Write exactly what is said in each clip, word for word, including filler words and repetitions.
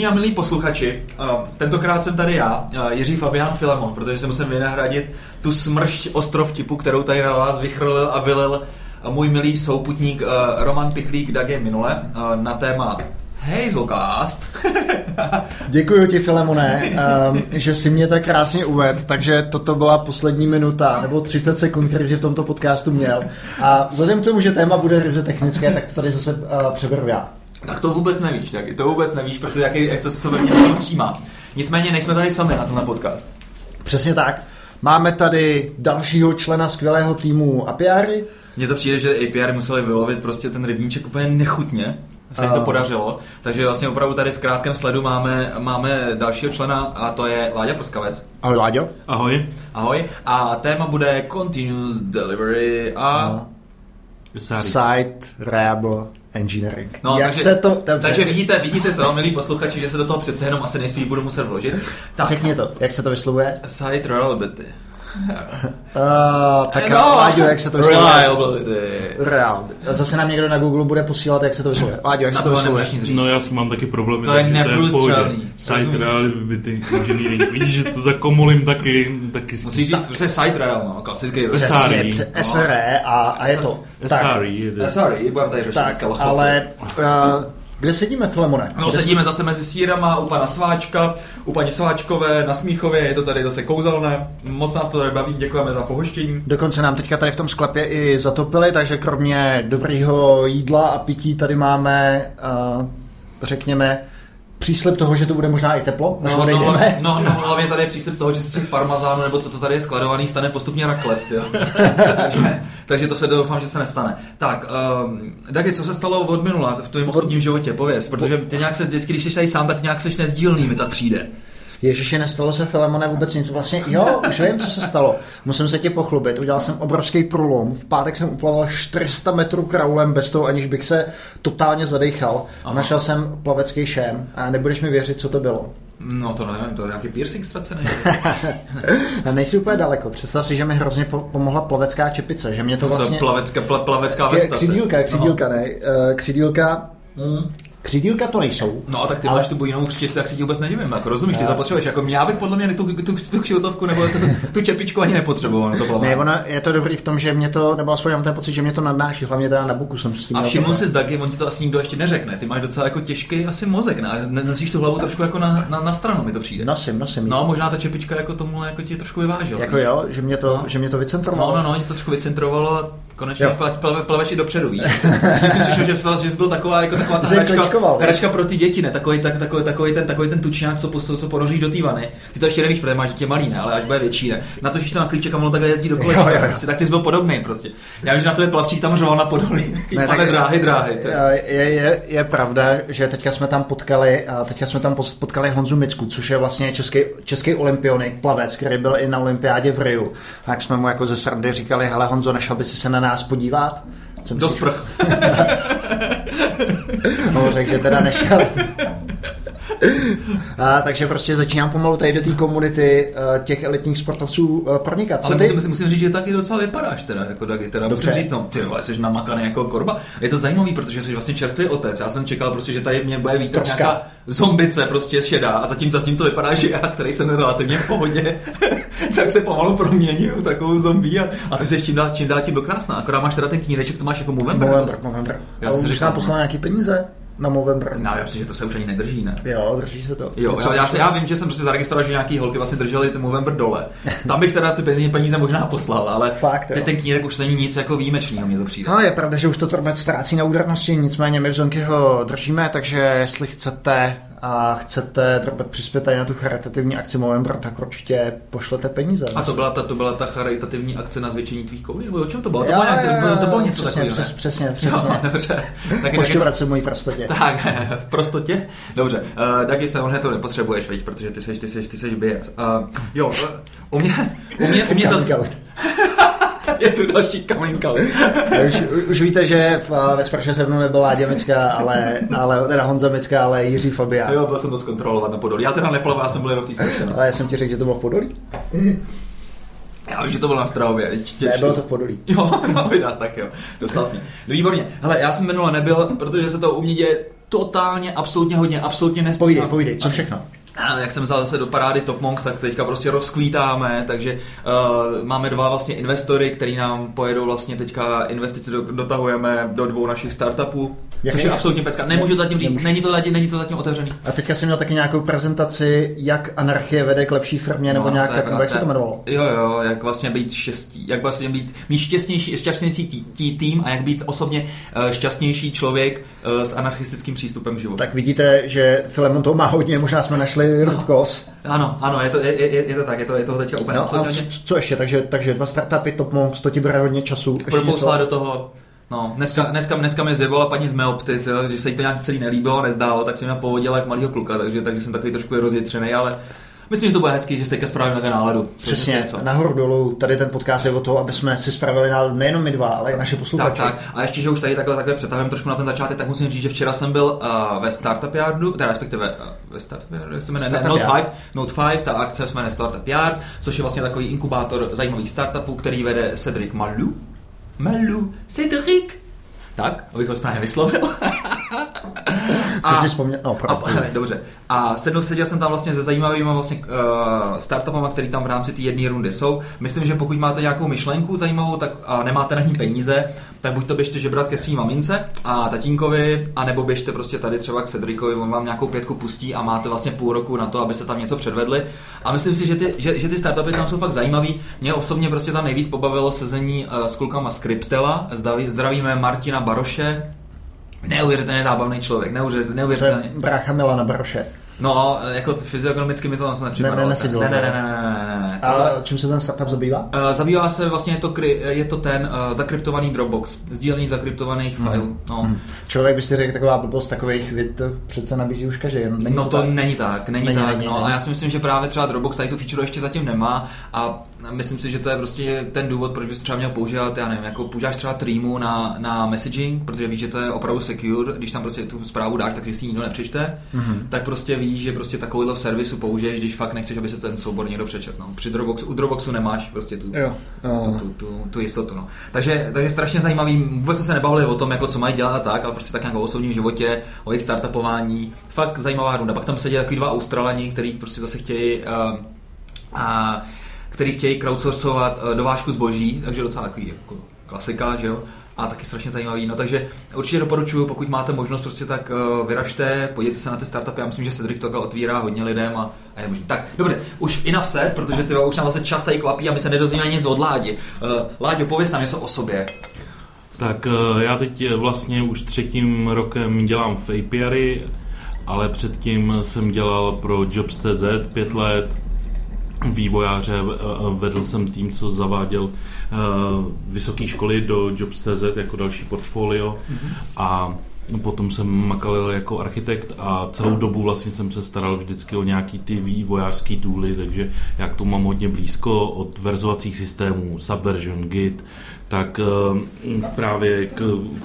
Vážení a milí posluchači, tentokrát jsem tady já, Jiří Fabián Filemon, protože se musím vynahradit tu smršť ostrov tipu, kterou tady na vás vychrlil a vylil můj milý souputník Roman Pichlík Dage minule na téma Hazelcast. Děkuji ti, Filemone, um, že jsi mě tak krásně uvedl, takže toto byla poslední minuta, nebo třicet sekund, který jsi v tomto podcastu měl. A vzhledem k tomu, že téma bude ryze technické, tak to tady zase uh, přeberu já. Tak to vůbec nevíš, tak to vůbec nevíš, protože jaký, jak to, co ve mně vnitřní má. Nicméně nejsme tady sami na tenhle podcast. Přesně tak. Máme tady dalšího člena skvělého týmu Apiary. Mně to přijde, že A P R museli vylovit prostě ten rybníček úplně nechutně. Se jim to podařilo, takže vlastně opravdu tady v krátkém sledu máme, máme dalšího člena a to je Láďa Prskavec. Ahoj, Láďo. Ahoj. Ahoj. A téma bude Continuous Delivery a... a... Site Reliable Engineering. No, Jak takže, se to... takže vidíte, vidíte to, milí posluchači, že se do toho přece jenom asi nejspíš budu muset vložit. Tak. Řekni to, jak se to vyslovuje? Site Reliability. Uh, tak no, Láďo, jak se to vyslovuje? Real. Zase nám někdo na Google bude posílat, jak se to vyslovuje. Láďo, jak na se to vyslovuje? No já si mám taky problémy. To je neprůstřelný. Site Reliability Engineering. Vidíš, že to zakomolím taky. taky musíš říct, že je Site Real, no, klasický. S R I. S R I a, a je to. S R I. S R I, budeme tady řešit dneska lochopy. Ale... Uh, kde sedíme, Filemone? No, sedíme zase mezi sírama, u pana Sváčka, u paní Sváčkové, na Smíchově, je to tady zase kouzelné. Moc nás to tady baví, děkujeme za pohoštění. Dokonce nám teďka tady v tom sklepě i zatopili, takže kromě dobrýho jídla a pití tady máme, uh, řekněme, příslib toho, že to bude možná i teplo, než no, odejdeme. No, no, no, hlavně tady je příslib toho, že se z těch parmazánů, nebo co to tady je skladovaný, stane postupně raclette, jo. takže, takže to se doufám, že se nestane. Tak, um, Dagi, co se stalo od minula v tvém osobním životě, pověz, protože ty nějak se vždycky, když jsi tady sám, tak nějak seš nezdílný, mi tak přijde. Ježiši, nestalo se, Filemone, vůbec nic. Vlastně, jo, už vím, co se stalo. Musím se tě pochlubit. Udělal jsem obrovský průlom. V pátek jsem uplaval čtyři sta metrů kraulem bez toho, aniž bych se totálně zadejchal. Aha. Našel jsem plavecký šém a nebudeš mi věřit, co to bylo. No to nevím, to je nějaký piercing ztracený. Nejsi úplně daleko. Představ si, že mi hrozně pomohla plavecká čepice. Že mě to vlastně... Plavecká, pla, plavecká vesta. Křidílka, křidílka, no. ne. Křidílka... Mm. Křidílka to nejsou. No a tak ty ale... máš tu bujnou křtici, tak si ti vůbec nedivím, jako rozumíš, ty to potřebuješ, jako já bych podle mě tu, tu, tu kšiltovku nebo tu, tu čepičku ani nepotřeboval na to plavání. Ne, ona je to dobrý v tom, že mě to, nebo aspoň mám ten pocit, že mě to nadnáší, hlavně teda na boku jsem s tím. A všiml si s Dagi, on ti to asi nikdo ještě neřekne, ty máš docela jako těžký asi mozek, ne? Nosíš tu hlavu trošku jako na, na, na stranu, mi to přijde. Nosím, nosím. No, možná ta čepička jako tomuhle jako ti trošku vyvážela. Jako jo, že mě to, no. že mě to vycentrovalo. No, no, no, ti to trošku vycentrovalo a konečně plave, plaveš i dopředu, víš. Když jsem přišel, že jsi, že jsi byl taková jako taková ta hračka, hračka pro ty děti, ne, takový tak takový takový ten takový ten tučňák, co postav, co ponoříš do té vany. Ty to ještě nevíš, protože máš dítě malý, ne, ale až bude větší, ne. Natočíš to na klíček a ono takhle jezdí do kolečka, jo, jo, jo. Prostě, tak ty jsi byl podobný prostě. Já vím, že na to je plavčík tam řval na Podolí. Ne, tak, dráhy, dráhy. Je, je, je pravda, že teďka jsme tam potkali, a teďka jsme tam potkali Honzu Micku, což je vlastně český český olympionik, plavec, který byl i na olympiádě v Riu. Tak jsme mu jako ze srandy říkali: "Hele Honzo, nešel by si se na nás podívat?" Do sprch. No, řekl, že teda nešel. A, takže prostě začínám pomalu tady do té komunity uh, těch elitních sportovců uh, pronikat. Ale musím, musím říct, že taky docela vypadáš teda, jako Dagi, teda Dobře. musím říct, no, ty vole, jsi namakaný jako korba. Je to zajímavý, protože jsi vlastně čerstvý otec. Já jsem čekal prostě, že tady mě bude vítat nějaká zombice prostě šedá a zatím, zatím to vypadá, že já, který jsem relativně v pohodě, tak se pomalu proměnil takovou zombie a, a ty jsi čím dál, čím dál tím dokrásná. Akorát máš teda ten kníreček, to máš jako Movember. Movember, Movember. Já jsem si říkal, poslal nějaký peníze na Movember. No, já myslím, že to se už ani nedrží, ne? Jo, drží se to. Jo, já, já, já vím, že jsem prostě zaregistroval, že nějaký holky vlastně držely ten Movember dole. Tam bych teda ty peníze možná poslal, ale fakt, ten knírek už není nic jako výjimečného, mě to přijde. No, je pravda, že už to Torbec ztrácí na údernosti, nicméně my v Zonky ho držíme, takže jestli chcete a chcete trochu přispět tady na tu charitativní akci Movember, tak určitě pošlete peníze. A to byla ta, to byla ta charitativní akce na zvětšení tvých koulí, nebo o čem to bylo? To bylo, nějak, to bylo něco přesně, takového, přes, přesně, přesně. Jo, dobře. Pošťovat se v mojí prostotě. Tak, v prostotě? Dobře. Uh, Dagi, samozřejmě to nepotřebuješ, veď, protože ty seš, ty seš, ty seš bějec. Uh, jo, u mě, u mě, u mě za... Je tu další coming out. už, už víte, že v, ve Sprše se mnou nebyla Láďa Mická, ale, ale teda Honza Mická, ale Jiří Fabián. Jo, byl jsem to zkontrolovat na Podolí. Já teda neplaval, já jsem byl jenom v té Sprše. No. Ale já jsem ti řekl, že to bylo v Podolí. Já vím, že to bylo na Strahově. Ne, bylo to v Podolí. Jo, no vydá, tak jo. Dostal jsi mě. No výborně. Hele, já jsem minule nebyl, protože se to u mě děje totálně, absolutně hodně, absolutně nestíhám. Povídej, povídej, co všechno? A jak jsem vzal zase do parády Top Monks, tak teďka prostě rozkvítáme, takže uh, máme dva vlastně investory, který nám pojedou vlastně teďka investice, do, dotahujeme do dvou našich startupů, jak což je, je absolutně pecka. Nemůžu to zatím říct, není to, zatím, není to zatím otevřený. A teďka jsem měl taky nějakou prezentaci, jak anarchie vede k lepší firmě, nebo no, nějak tak, jak se to jmenovalo? Jo, jo, jak vlastně být štěstí, jak vlastně být, mít šťastnější, šťastnější tí, tí, tým a jak být osobně uh, šťastnější člověk uh, s anarchistickým přístupem k životu. Tak vidíte, že Filemon to má hodně, možná jsme našli root cause. Ano, ano, je to, je, je, je to tak, je to, je to teďka úplně. No, a co, co ještě, takže, takže dva startupy, Top Monks, to ti bere hodně času. Propousla do toho, no, dneska, dneska, dneska mi zjevila paní z Meopty, tyjo, že se jí to nějak celý nelíbilo, nezdálo, tak jsem mě povodila jak malýho kluka, takže, takže jsem takový trošku rozjetřený, ale myslím, že to bude hezký, že jste teďka spravili takové náladu. Přesně, nahoru dolů, tady ten podcast je o toho, aby jsme si spravili náladu nejenom my dva, ale i naše posluchači. Tak, tak. A ještě, že už tady takhle, takhle přetahujeme trošku na ten začátek, tak musím říct, že včera jsem byl uh, ve Startup Yardu, teda respektive uh, ve Startup Yardu, se jmenuje Note pět, Note pět, ta akce se jmenuje Startup Yard, což je vlastně takový inkubátor zajímavých startupů, který vede Cedric Malou. Malou, Cedric. Tak, abych ho správně vyslovil. Co si vzpomněl? No, a, dobře. A sedl, seděl jsem tam vlastně se zajímavými vlastně, uh, startupama, které tam v rámci té jedné rundy jsou. Myslím, že pokud máte nějakou myšlenku zajímavou tak, a nemáte na ní peníze, tak buď to běžte žebrat ke svým mamince a tatínkovi, anebo běžte prostě tady třeba k Cedricovi, on vám nějakou pětku pustí a máte vlastně půl roku na to, abyste tam něco předvedli. A myslím si, že ty, že, že ty startupy tam jsou fakt zajímavý. Mě osobně prostě tam nejvíc pobavilo sezení uh, s klukama z Kryptela. Zdraví, zdravíme Martina Baroše. Neuvěřitelně zábavný člověk, neuvěřitelně. neuvěřitelně. To je brácha Milana Baroše. No, jako fyzioekonomicky mi to vlastně nepřipadalo. Ne, ne, ne, ne, ne, ne, ne, ne. A čím se ten startup zabývá? Uh, zabývá se vlastně, je to, kry, je to ten uh, zakryptovaný Dropbox, sdílení zakryptovaných mm. filů. No. Mm. Člověk by si řekl, taková blbost takových vět přece nabízí už každý. Není no to, to tak? není tak, není, není tak. Není, no. není. A já si myslím, že právě třeba Dropbox tady tu feature ještě zatím nemá a myslím si, že to je prostě ten důvod, proč bys třeba měl používat, já nevím, jako používáš třeba Threemu na, na messaging, protože víš, že to je opravdu secure, když tam prostě tu zprávu dáš, takže si ji nikdo nepřečte, mm-hmm. tak prostě víš, že prostě takovýhle servisu použiješ, když fakt nechceš, aby se ten soubor někdo přečet. No. Při Dropboxu, u Dropboxu nemáš prostě tu, jo. tu, tu, tu, tu jistotu. No. Takže, takže strašně zajímavý, vůbec jsme se nebavili o tom, jako co mají dělat a tak, ale prostě tak nějak o osobním životě, o jejich startupování. Fakt zajímavá runda. Pak tam sedí takový dva Australani, kteří prostě zase chtějí uh, uh, který chtějí crowdsourcovat uh, dovážku zboží, takže docela takový jako klasika, že jo? A taky strašně zajímavý. No takže určitě doporučuji, pokud máte možnost, prostě tak uh, vyražte, podívejte se na ty startupy. Já myslím, že Cedric to otvírá hodně lidem a, a je možný. Tak, dobře, už enough said, protože ty už nám vlastně čas tady kvapí a my se nedozvíme nic od Ládi. Uh, Láďo, pověz nám něco o sobě. Tak uh, já teď vlastně už třetím rokem dělám v A P R, ale předtím jsem dělal pro Jobs tečka cé zet pět let, vývojáře, vedl jsem tým, co zaváděl uh, vysoké školy do Jobs tečka cé zet jako další portfolio mm-hmm. a potom jsem makal jako architekt a celou dobu vlastně jsem se staral vždycky o nějaký ty vývojářský tooly, takže já k tomu mám hodně blízko od verzovacích systémů, Subversion, Git, tak uh, právě k,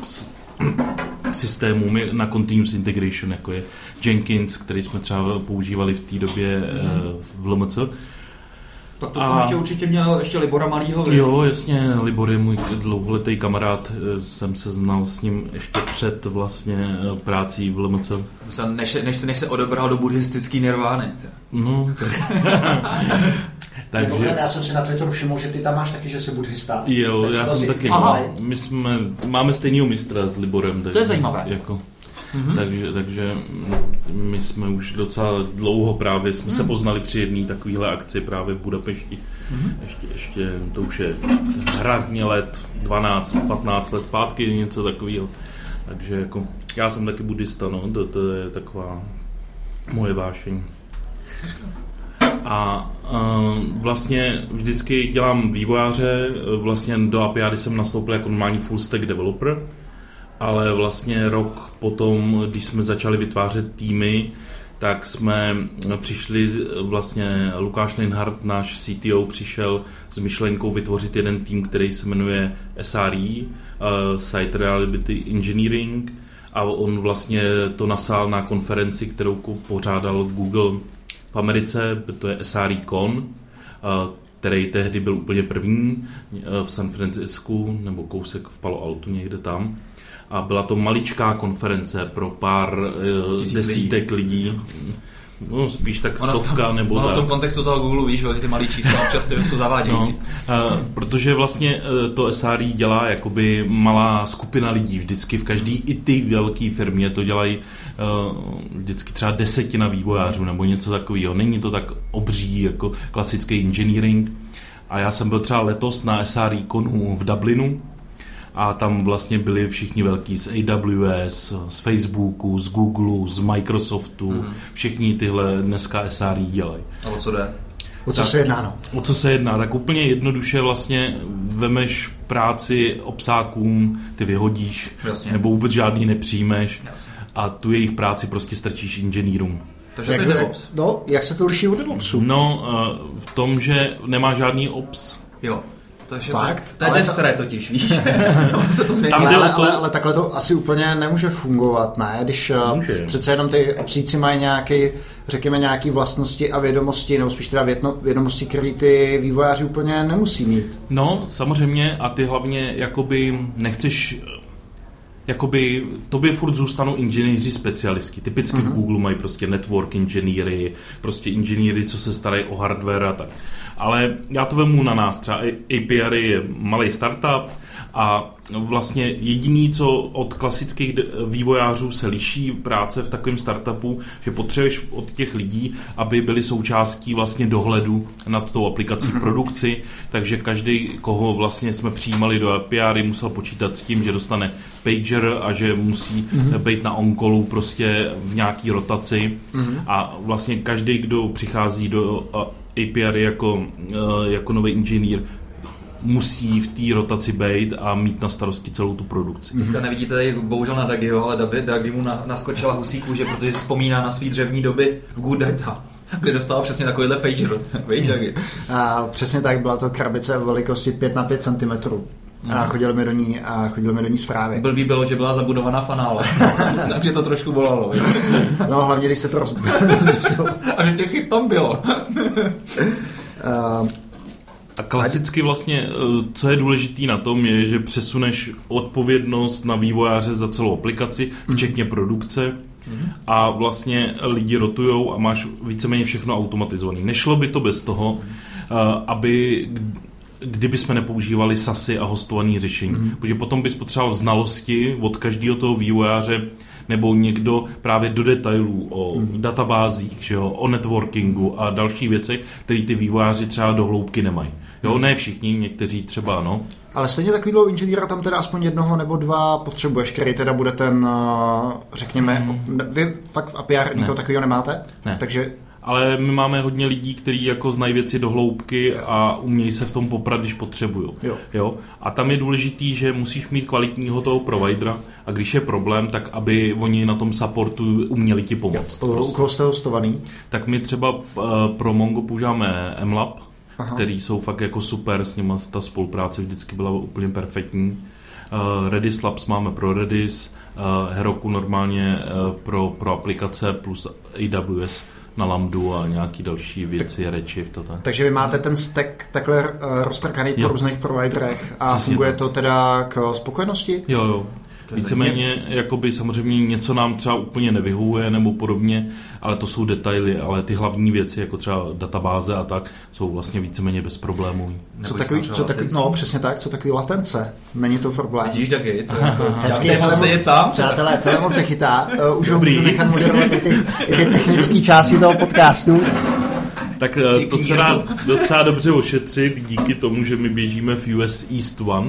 k systémům na continuous integration, jako je Jenkins, který jsme třeba používali v té době mm-hmm. uh, v L M C. Tak to jsem ještě určitě měl ještě Libora Malýho. Jo, jasně, Libor je můj dlouholetý kamarád, jsem se znal s ním ještě před vlastně prácí v L M C. Než, než, se, než se odebral do buddhistický nirvány. No, tak. Takže... No, já jsem si na Twitteru všiml, že ty tam máš taky, že jsi buddhista. Jo, takže já jsem si... taky. Aha. My jsme, máme stejného mistra s Liborem. Tak, to je zajímavé. Jako, mm-hmm. takže, takže my jsme už docela dlouho právě, jsme mm. se poznali při jedné takovéhle akci právě v Budapešti. Mm-hmm. Ještě, ještě, to už je hradně let, dvanáct patnáct let zpátky, něco takového. Takže jako, já jsem taky buddhista, no, to, to je taková moje vášeň. A uh, vlastně vždycky dělám vývojáře, vlastně do A P I jsem nastoupil jako normální full stack developer, ale vlastně rok potom, když jsme začali vytvářet týmy, tak jsme přišli, vlastně Lukáš Linhart, náš C T O, přišel s myšlenkou vytvořit jeden tým, který se jmenuje S R E, uh, Site Reliability Engineering, a on vlastně to nasál na konferenci, kterou pořádal Google v Americe, to je S R E Con. který tehdy byl úplně první v San Francisku, nebo kousek v Palo Alto, někde tam. A byla to maličká konference pro pár Tisíc desítek lidí. lidí. No, spíš tak ono stovka nebo ono tak. v tom kontextu toho Google víš, že ty malý čísla občas jsou zavádějící. No, uh, protože vlastně uh, to S R I dělá jakoby malá skupina lidí vždycky v každý, i ty velké firmě to dělají uh, vždycky třeba desetina vývojářů nebo něco takového. Není to tak obří jako klasický engineering. A já jsem byl třeba letos na S R I Conu v Dublinu, a tam vlastně byli všichni velký z A W S, z Facebooku, z Google, z Microsoftu, mm. všichni tyhle dneska S R I dělají. A o co jde? O co tak, se jedná, no? O co se jedná? Tak úplně jednoduše vlastně vemeš práci obsákům, ty vyhodíš, Jasně. nebo vůbec žádný nepřijmeš Jasně. a tu jejich práci prostě strčíš inženýrům. Takže jak, to je DevOps. No, jak se to liší od DevOpsu? No, v tom, že nemá žádný ops. Jo. Takže Fakt? To je devsre totiž, víš? se to změní. Ale, ale, ale, ale takhle to asi úplně nemůže fungovat, ne? Když může. Přece jenom ty obsíci mají nějaký, řekněme, nějaké vlastnosti a vědomosti, nebo spíš teda vědomosti, které ty vývojáři úplně nemusí mít. No, samozřejmě a ty hlavně jakoby nechceš... Jakoby tobě furt zůstanou inženýři specialisti. Typicky uh-huh. v Google mají prostě network inženýry, prostě inženýry, co se starají o hardware a tak. Ale já to vemu na nás. Třeba A P R je malý startup a vlastně jediný, co od klasických vývojářů se liší práce v takovém startupu, že potřebuješ od těch lidí, aby byli součástí vlastně dohledu nad tou aplikací v produkci, takže každý, koho vlastně jsme přijímali do A P R, musel počítat s tím, že dostane pager a že musí mm-hmm. být na on-callu prostě v nějaký rotaci mm-hmm. a vlastně každý, kdo přichází do A P R jako, jako nový inženýr, musí v té rotaci být a mít na starosti celou tu produkci. Mm-hmm. Nevidíte tady bohužel na Dagiho, ale Dagi mu na, naskočila husí kůže, protože si vzpomíná na svý dřevní doby v Good Data, kde dostal přesně takovýhle pager. Víš, Dagi? A přesně tak, byla to krabice velikosti pět na pět centimetrů. A chodili mi do ní a chodili mi do ní zprávy. Blbý bylo, že byla zabudovaná fanále. Takže to trošku bolalo. Jo? No hlavně, když se to rozbilo. A že těch chyb tam bylo. uh, A klasicky vlastně, co je důležitý na tom, je, že přesuneš odpovědnost na vývojáře za celou aplikaci, včetně produkce, a vlastně lidi rotujou a máš víceméně všechno automatizované. Nešlo by to bez toho, aby... kdyby jsme nepoužívali SASy a hostované řešení. Mm-hmm. Protože potom bys potřeboval znalosti od každého toho vývojáře nebo někdo právě do detailů o mm-hmm. databázích, že jo, o networkingu a další věci, které ty vývojáři třeba do hloubky nemají. Jo, ne všichni, někteří třeba ano. Ale stejně takovýhle inženýra tam teda aspoň jednoho nebo dva potřebuješ, který teda bude ten, řekněme, mm. vy fakt v A P R nikoho takového nemáte? Ne. Takže... Ale my máme hodně lidí, kteří jako znají věci do hloubky a umějí se v tom poprat, když potřebují. Jo. Jo? A tam je důležitý, že musíš mít kvalitního toho providera a když je problém, tak aby oni na tom supportu uměli ti pomoct. Jo. U koho jste hostovaný? Tak my třeba pro Mongo používáme M-Lab, Aha. který jsou fakt jako super, s nimi ta spolupráce vždycky byla úplně perfektní. Redis Labs máme pro Redis, Heroku normálně pro, pro aplikace plus A W S na Lambdu a nějaký další věci, tak, Redshift a tak. Takže vy máte ten stack takhle uh, roztrkaný po různých providerech a Přesně funguje tak. to teda k spokojenosti? Jo, jo. Víceméně, jakoby samozřejmě něco nám třeba úplně nevyhovuje nebo podobně, ale to jsou detaily, ale ty hlavní věci, jako třeba databáze a tak, jsou vlastně víceméně bezproblémový. Co takový, co takový, no přesně tak, co takový latence, není to problém. Vidíš, taky, to hezký Filemon, sám. Přátelé, Filemon se chytá, uh, už ho můžu nechat moderovat i ty, i ty technické části toho podcastu. Tak to se dá docela dobře ošetřit díky tomu, že my běžíme v U S East One.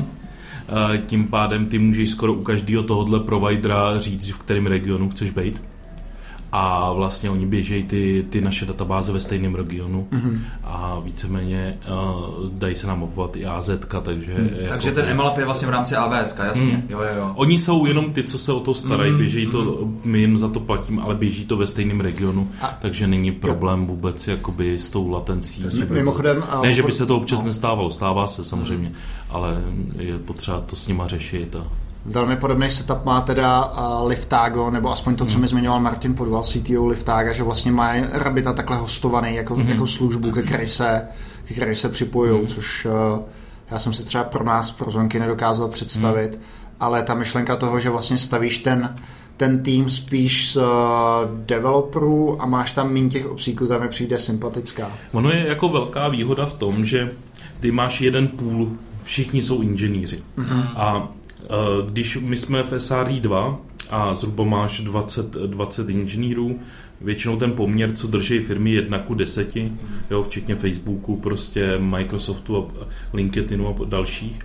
Tím pádem ty můžeš skoro u každého tohohle providera říct, v kterém regionu chceš být. A vlastně oni běžejí ty, ty naše databáze ve stejném regionu mm-hmm. a víceméně uh, dají se nám mapovat i A Z ka, takže... Mm. Jako takže ten M-Lab je vlastně v rámci A W S ka, jasně. Mm. Jo, jo, jo. Oni jsou jenom ty, co se o to starají, mm. běžejí to, my jim za to platím, ale běží to ve stejném regionu, a takže není problém jo. vůbec jakoby s tou latencí. Mimochodem... Ne, že by se to občas no. nestávalo, stává se samozřejmě, mm. ale je potřeba to s nima řešit a... Velmi podobný setup má teda uh, Liftago, nebo aspoň to, co hmm. mi zmiňoval Martin Podval, C T O Liftaga, že vlastně má Rabbita takhle hostovaný jako, hmm. jako službu, ke které se, ke které se připojují, hmm. což uh, já jsem si třeba pro nás, pro Zonky nedokázal představit, hmm. ale ta myšlenka toho, že vlastně stavíš ten ten tým spíš z uh, developerů a máš tam míň těch obsíků, tam mi přijde sympatická. Ono je jako velká výhoda v tom, že ty máš jeden pool, všichni jsou inženýři. Mm-hmm. A uh, když my jsme v S R I dva a zhruba máš dvacet, dvacet inženýrů, většinou ten poměr, co drží firmy jedna ku deseti, jo, včetně Facebooku, prostě Microsoftu a LinkedInu a dalších.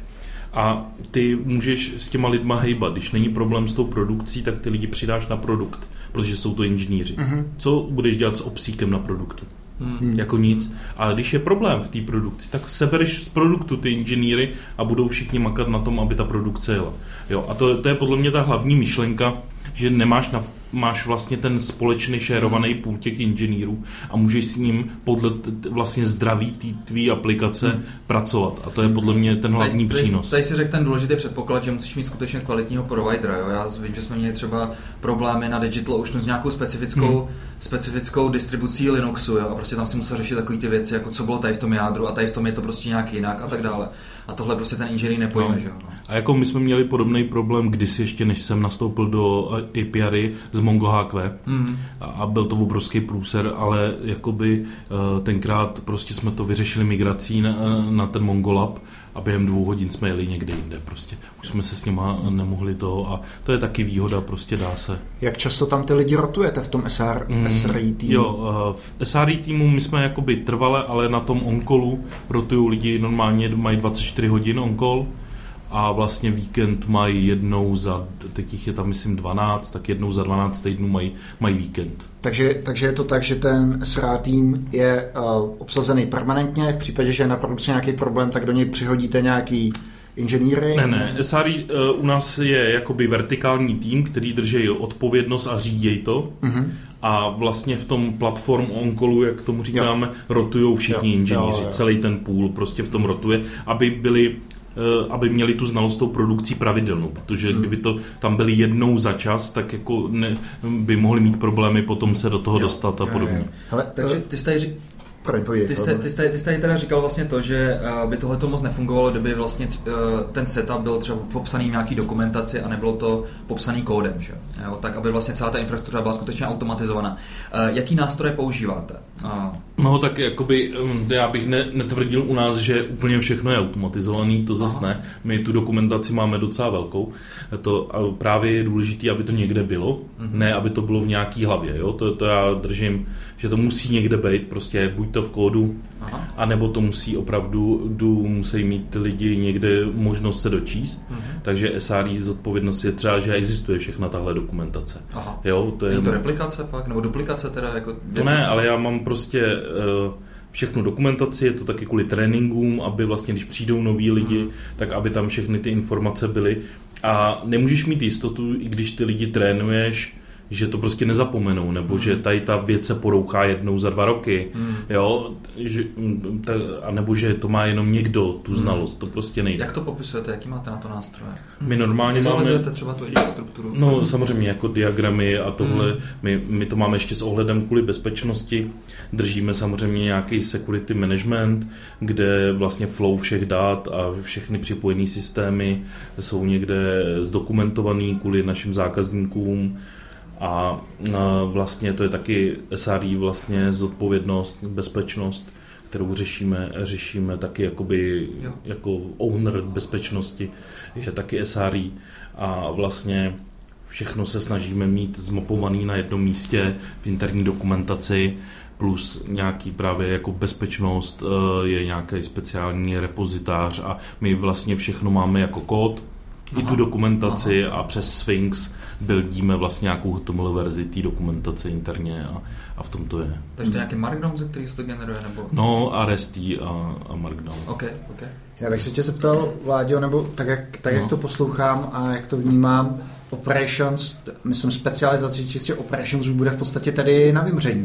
A ty můžeš s těma lidma hejbat. Když není problém s tou produkcí, tak ty lidi přidáš na produkt, protože jsou to inženýři. Mm-hmm. Co budeš dělat s obsíkem na produktu? Mm. Jako nic. A když je problém v té produkci, tak sebereš z produktu ty inženýry a budou všichni makat na tom, aby ta produkce jela. Jo, a to, to je podle mě ta hlavní myšlenka, že nemáš na, máš vlastně ten společný šérovaný půl těch inženýrů a můžeš s ním podle t, vlastně zdraví té tvý aplikace hmm. pracovat. A to je podle mě ten hlavní tady, přínos. Tady si řekl ten důležitý předpoklad, že musíš mít skutečně kvalitního providera. Jo? Já vím, že jsme měli třeba problémy na Digital Oceanu s nějakou specifickou, hmm. specifickou distribucí Linuxu, jo? A prostě tam si musel řešit takové ty věci, jako co bylo tady v tom jádru a tady v tom je to prostě nějak jinak a tak dále. A tohle prostě ten inženýr nepojme, no. že jo. No. A jako my jsme měli podobný problém kdysi ještě, než jsem nastoupil do A P R z Mongo H Q mm. a byl to obrovský průser, ale jakoby tenkrát prostě jsme to vyřešili migrací na, na ten Mongolab a během dvou hodin jsme jeli někde jinde prostě. Už jsme se s nima nemohli toho a to je taky výhoda, prostě dá se. Jak často tam ty lidi rotujete v tom S R, mm. S R I týmu? Jo, v S R I týmu my jsme jakoby trvale, ale na tom on-callu rotují lidi, normálně mají dvacet čtyři hodin on-call a vlastně víkend mají jednou za, teď jich je tam myslím dvanáct, tak jednou za dvanáct týdnů mají, mají víkend. Takže, takže je to tak, že ten S R A tým je uh, obsazený permanentně, v případě, že je na produkci nějaký problém, tak do něj přihodíte nějaký inženýry? Ne, ne, S R I uh, u nás je jakoby vertikální tým, který drží odpovědnost a řídí to. Uh-huh. A vlastně v tom platform on-callu, jak tomu říkáme, jo. rotujou všichni jo. inženýři, jo, jo. celý ten pool prostě v tom rotuje, aby byli aby měli tu znalost tou produkcí pravidelnou, protože hmm. kdyby to tam byli jednou za čas, tak jako ne, by mohli mít problémy potom se do toho jo, dostat a podobně. Jo, jo. Hele, takže ty jsi tady ři... Ty jsi, ty, jsi, ty jsi tady teda říkal vlastně to, že by tohleto moc nefungovalo, kdyby vlastně ten setup byl třeba popsaný v nějaký dokumentaci a nebylo to popsaný kódem, že? Jo, tak aby vlastně celá ta infrastruktura byla skutečně automatizovaná. Jaký nástroje používáte? No tak jakoby, já bych ne, netvrdil u nás, že úplně všechno je automatizovaný, to zase ne. My tu dokumentaci máme docela velkou. To právě je důležité, aby to někde bylo, mm-hmm. ne aby to bylo v nějaký hlavě. Jo? To, to já držím, že to musí někde být, prostě buď to v kódu, aha. anebo to musí opravdu, du, musí mít lidi někde možnost se dočíst. Mm-hmm. Takže S R I zodpovědnost je třeba, že existuje všechna tahle dokumentace. Aha. Jo, to je, je to replikace pak, nebo duplikace teda? Jako to ne, ale já mám prostě uh, všechnu dokumentaci, je to taky kvůli tréninkům, aby vlastně, když přijdou noví lidi, mm. tak aby tam všechny ty informace byly. A nemůžeš mít jistotu, i když ty lidi trénuješ, že to prostě nezapomenou, nebo mm. že tady ta věc se porouchá jednou za dva roky, mm. jo, že, ta, a nebo že to má jenom někdo, tu znalost, mm. to prostě nejde. Jak to popisujete, jaký máte na to nástroje? My normálně máme... třeba tu strukturu? No samozřejmě jako diagramy a tohle, mm. my, my to máme ještě s ohledem kvůli bezpečnosti, držíme samozřejmě nějaký security management, kde vlastně flow všech dat a všechny připojené systémy jsou někde zdokumentovaný kvůli našim zákazníkům. A vlastně to je taky S R I vlastně zodpovědnost, bezpečnost, kterou řešíme, řešíme taky jakoby, jako owner bezpečnosti, je taky S R I a vlastně všechno se snažíme mít zmapovaný na jednom místě v interní dokumentaci, plus nějaký právě jako bezpečnost, je nějaký speciální repozitář a my vlastně všechno máme jako kód, aha, i tu dokumentaci aha. a přes Sphinx buildíme vlastně nějakou H T M L verzi té dokumentace interně a, a v tom to je. Takže to je nějaký Markdown, ze který se to generuje? Nebo? No, R S T a, a Markdown. Okay, okay. Já bych se tě zeptal, Vláďo, nebo tak, jak, tak no. jak to poslouchám a jak to vnímám, operations, myslím specializaci čistě operations už bude v podstatě tady na vymření.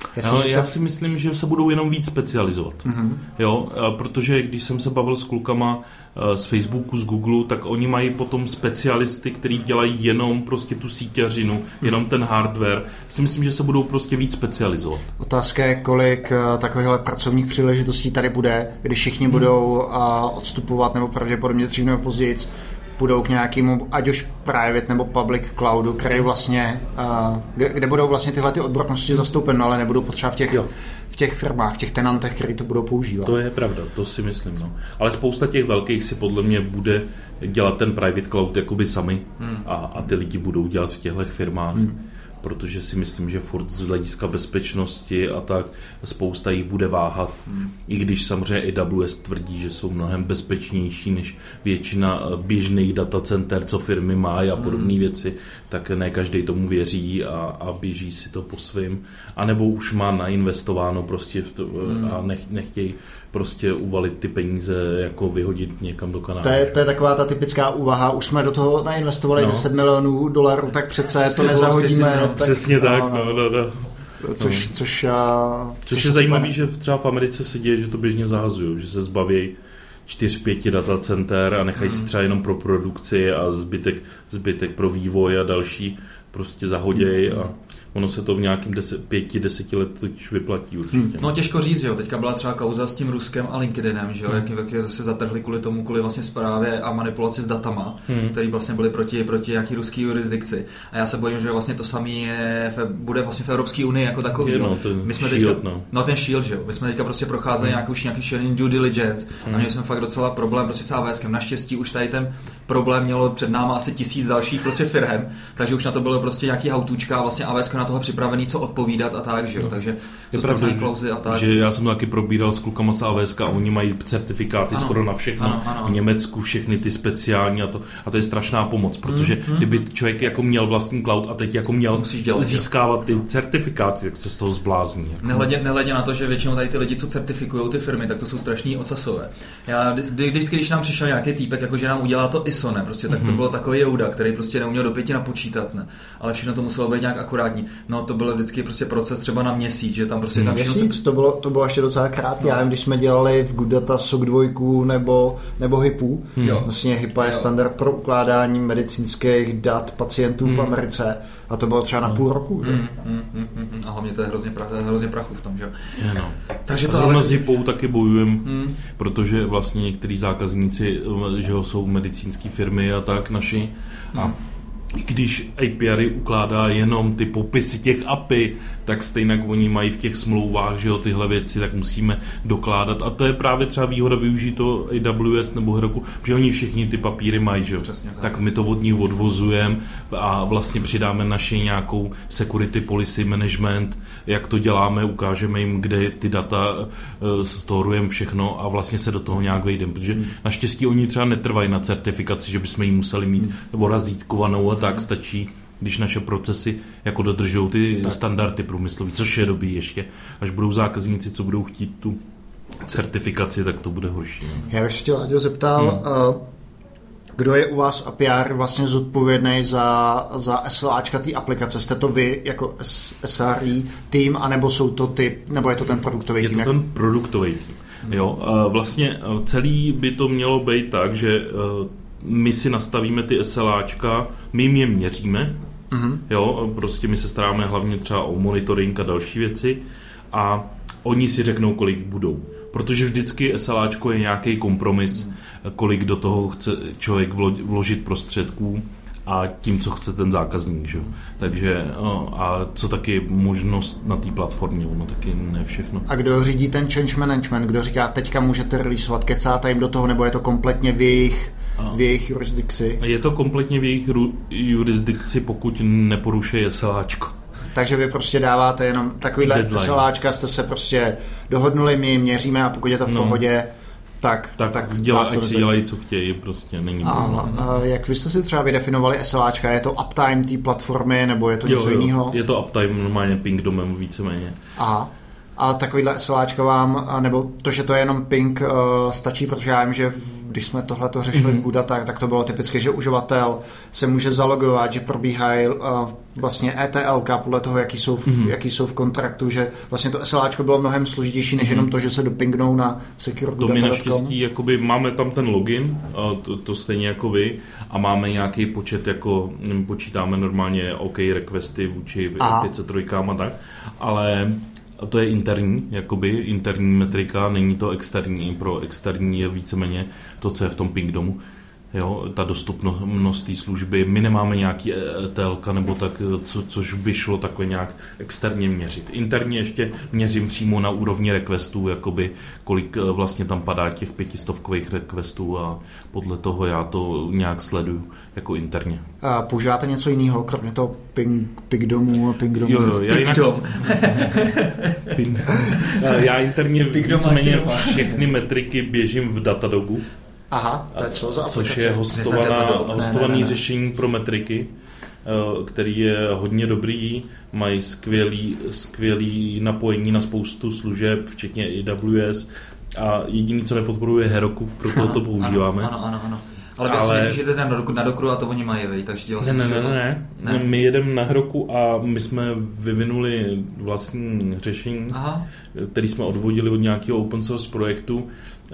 No, já si myslím, že se budou jenom víc specializovat. Mm-hmm. Jo, protože když jsem se bavil s klukama z Facebooku, z Google, tak oni mají potom specialisty, kteří dělají jenom prostě tu síťařinu, mm. jenom ten hardware. Si myslím, že se budou prostě víc specializovat. Otázka je, kolik takovýchhle pracovních příležitostí tady bude, když všichni mm. budou odstupovat, nebo pravděpodobně dřív nebo později půjdou k nějakému, ať už private nebo public cloudu, který vlastně, uh, kde, kde budou vlastně tyhle ty odbornosti zastoupeny, ale nebudou potřeba v těch, jo. v těch firmách, v těch tenantech, který to budou používat. To je pravda, to si myslím. No. Ale spousta těch velkých si podle mě bude dělat ten private cloud jakoby sami hmm. a, a ty lidi budou dělat v těchto firmách. Hmm. Protože si myslím, že furt z hlediska bezpečnosti a tak spousta jich bude váhat. Hmm. I když samozřejmě A W S tvrdí, že jsou mnohem bezpečnější než většina běžných datacenter, co firmy mají a podobné hmm. věci, tak ne každý tomu věří a, a běží si to po svým. A nebo už má nainvestováno prostě v to, hmm. a nech, nechtějí prostě uvalit ty peníze, jako vyhodit někam do kanálu. To je, to je taková ta typická úvaha. Už jsme do toho nainvestovali no. deset milionů dolarů, tak přece to nezahodíme. No, tak, přesně tak, no, no, no. Což, což, a, což, což je zajímavé, že třeba v Americe se děje, že to běžně zahazují, že se zbaví čtyř, pěti datacenter a nechají hmm. si třeba jenom pro produkci a zbytek, zbytek pro vývoj a další prostě zahoděj hmm. a ono se to v nějakým deset, pěti, deseti let vyplatí určitě. Hmm. No těžko říct, jo. Teďka byla třeba kauza s tím Ruskem a LinkedInem, že jo, hmm. jak, jak je zase zatrhli kvůli tomu, kvůli vlastně zprávě a manipulaci s datama, hmm. který vlastně byly proti, proti nějaký ruský jurisdikci. A já se bojím, že vlastně to samé je, bude vlastně v Evropské unii jako takový. Je, no, My jsme shield, teďka, no. no ten shield, že jo. My jsme teďka prostě procházeli hmm. nějaký, už nějaký šílený due diligence hmm. a měli jsme fakt docela problém prostě s AWSkem. Naštěstí už tady ten problém mělo před náma asi tisíc dalších prostě firhem, takže už na to bylo prostě nějaký hautůčka a vlastně A W S na tohle připravený, co odpovídat a tak, že jo, takže je pravda, klauzy a tak. Že já jsem to taky probíral s klukama z A W S a oni mají certifikáty ano, skoro na všechno, ano, ano. v Německu všechny ty speciální a to, a to je strašná pomoc, protože mm, mm. kdyby člověk jako měl vlastní cloud a teď jako měl dělat, získávat ty certifikáty, tak se z toho zblázní. Jako. Nehledě, nehledě na to, že většinou tady ty lidi, co certifikují ty firmy, tak to jsou strašní ocasové. Já, kdy, když, když nám přišel nějaký týpek, jako že nám udělá to I S O, ne, prostě, tak mm-hmm. to bylo takový Jouda, který prostě neuměl do pěti napočítat, ne, ale všechno to muselo být nějak akurátní. No to bylo vždycky prostě proces třeba na měsíc, že tam prostě tam měsíc, se... to bylo to bylo ještě docela krátké. No. Já vím, když jsme dělali v Good Data S O C dva nebo nebo HIPu. Hmm. Vlastně HIPa je jo. standard pro ukládání medicínských dat pacientů hmm. v Americe a to bylo třeba na půl roku, že? Hmm, hmm, hmm, hmm. A hlavně to je hrozně, prach, hrozně prachu v tom, že? Je, no. Takže to ale s HIPou taky bojujem, hmm. protože vlastně některý zákazníci, že jsou medicínské firmy a tak naši a hmm. když A P I ukládá jenom ty popisy těch A P I, tak stejně oni mají v těch smlouvách, že jo, tyhle věci, tak musíme dokládat. A to je právě třeba výhoda využít to A W S nebo Heroku, že oni všichni ty papíry mají, že jo. Tak. tak my to od nich odvozujeme a vlastně přidáme naši nějakou security policy management, jak to děláme, ukážeme jim, kde ty data uh, storujeme všechno a vlastně se do toho nějak vejdeme, protože hmm. naštěstí oni třeba netrvají na certifikaci, že bychom ji museli mít nebo razítkovanou a tak stačí, když naše procesy jako dodržují ty tak. standardy průmyslový, což je dobrý ještě. Až budou zákazníci, co budou chtít tu certifikaci, tak to bude horší. Já bych se tě Láďo zeptal, hmm. kdo je u vás A P R vlastně zodpovědný za, za SLAčka té aplikace? Jste to vy jako S R E tým, anebo jsou to ty, nebo je to ten produktový je tým? Je to ten jak... produktový tým. Hmm. Jo, vlastně celý by to mělo být tak, že my si nastavíme ty SLAčka, my jim je měříme, mm-hmm. jo, prostě my se staráme hlavně třeba o monitoring a další věci a oni si řeknou, kolik budou. Protože vždycky SLAčko je nějaký kompromis, mm. kolik do toho chce člověk vložit prostředků a tím, co chce ten zákazník. Že? Takže a co taky možnost na té platformě, ono taky ne všechno. A kdo řídí ten change management? Kdo říká, teďka můžete releaseovat, kecáte jim do toho, nebo je to kompletně v jejich, v jejich jurisdikci? Je to kompletně v jejich jurisdikci, pokud neporuší SLAčko. Takže vy prostě dáváte jenom takovýhle SLAčka, jste se prostě dohodnuli, my měříme a pokud je to v no. pohodě, tak, tak, tak dělá, ať si dělají, co chtějí, prostě není problém. A jak vy jste si třeba vydefinovali SLAčka? Je to uptime té platformy, nebo je to něco jo, jo. jiného? Je to uptime, normálně ping domem víceméně. Aha. A takovýhle SLAčka vám, nebo to, že to je jenom ping, uh, stačí, protože já vím, že v, když jsme tohleto řešili mm-hmm. v Buda, tak, tak to bylo typicky, že uživatel se může zalogovat, že probíhají uh, vlastně E T L ka podle toho, jaký jsou, v, mm-hmm. jaký jsou v kontraktu, že vlastně to SLAčko bylo mnohem složitější, než mm-hmm. jenom to, že se dopingnou na secure buda tečka com. To my naštěstí, jakoby máme tam ten login, to, to stejně jako vy, a máme nějaký počet, jako počítáme normálně OK requesty vůči pět set tři a tak, ale a to je interní, jakoby interní metrika, není to externí. Pro externí je víceméně to, co je v tom pingdomu. Jo, ta dostupnost té služby. My nemáme nějaký E T L ka nebo tak, co, což by šlo takhle nějak externě měřit. Interně ještě měřím přímo na úrovni requestů, jakoby kolik vlastně tam padá těch pětistovkových requestů a podle toho já to nějak sleduju jako interně. A používáte něco jiného, kromě toho ping, pingdomu a pingdomu? Jo, jo, já jinak... Ping... já interně víceméně všechny metriky běžím v Datadogu. Aha, to je co za aplikace? Což je hostovaná, hostovaný ne, ne, ne. řešení pro metriky, který je hodně dobrý, mají skvělý, skvělý napojení na spoustu služeb, včetně i A W S, a jediný, co nepodporuje Heroku, proto to používáme. Ano, ano, ano. Ale vy ale... si jdete na, na Dokru a to oni mají, vej, takže dělal ne, jsem ne, si, ne, to... ne, ne. My jedeme na Heroku a my jsme vyvinuli vlastní řešení, Aha. který jsme odvodili od nějakého open source projektu,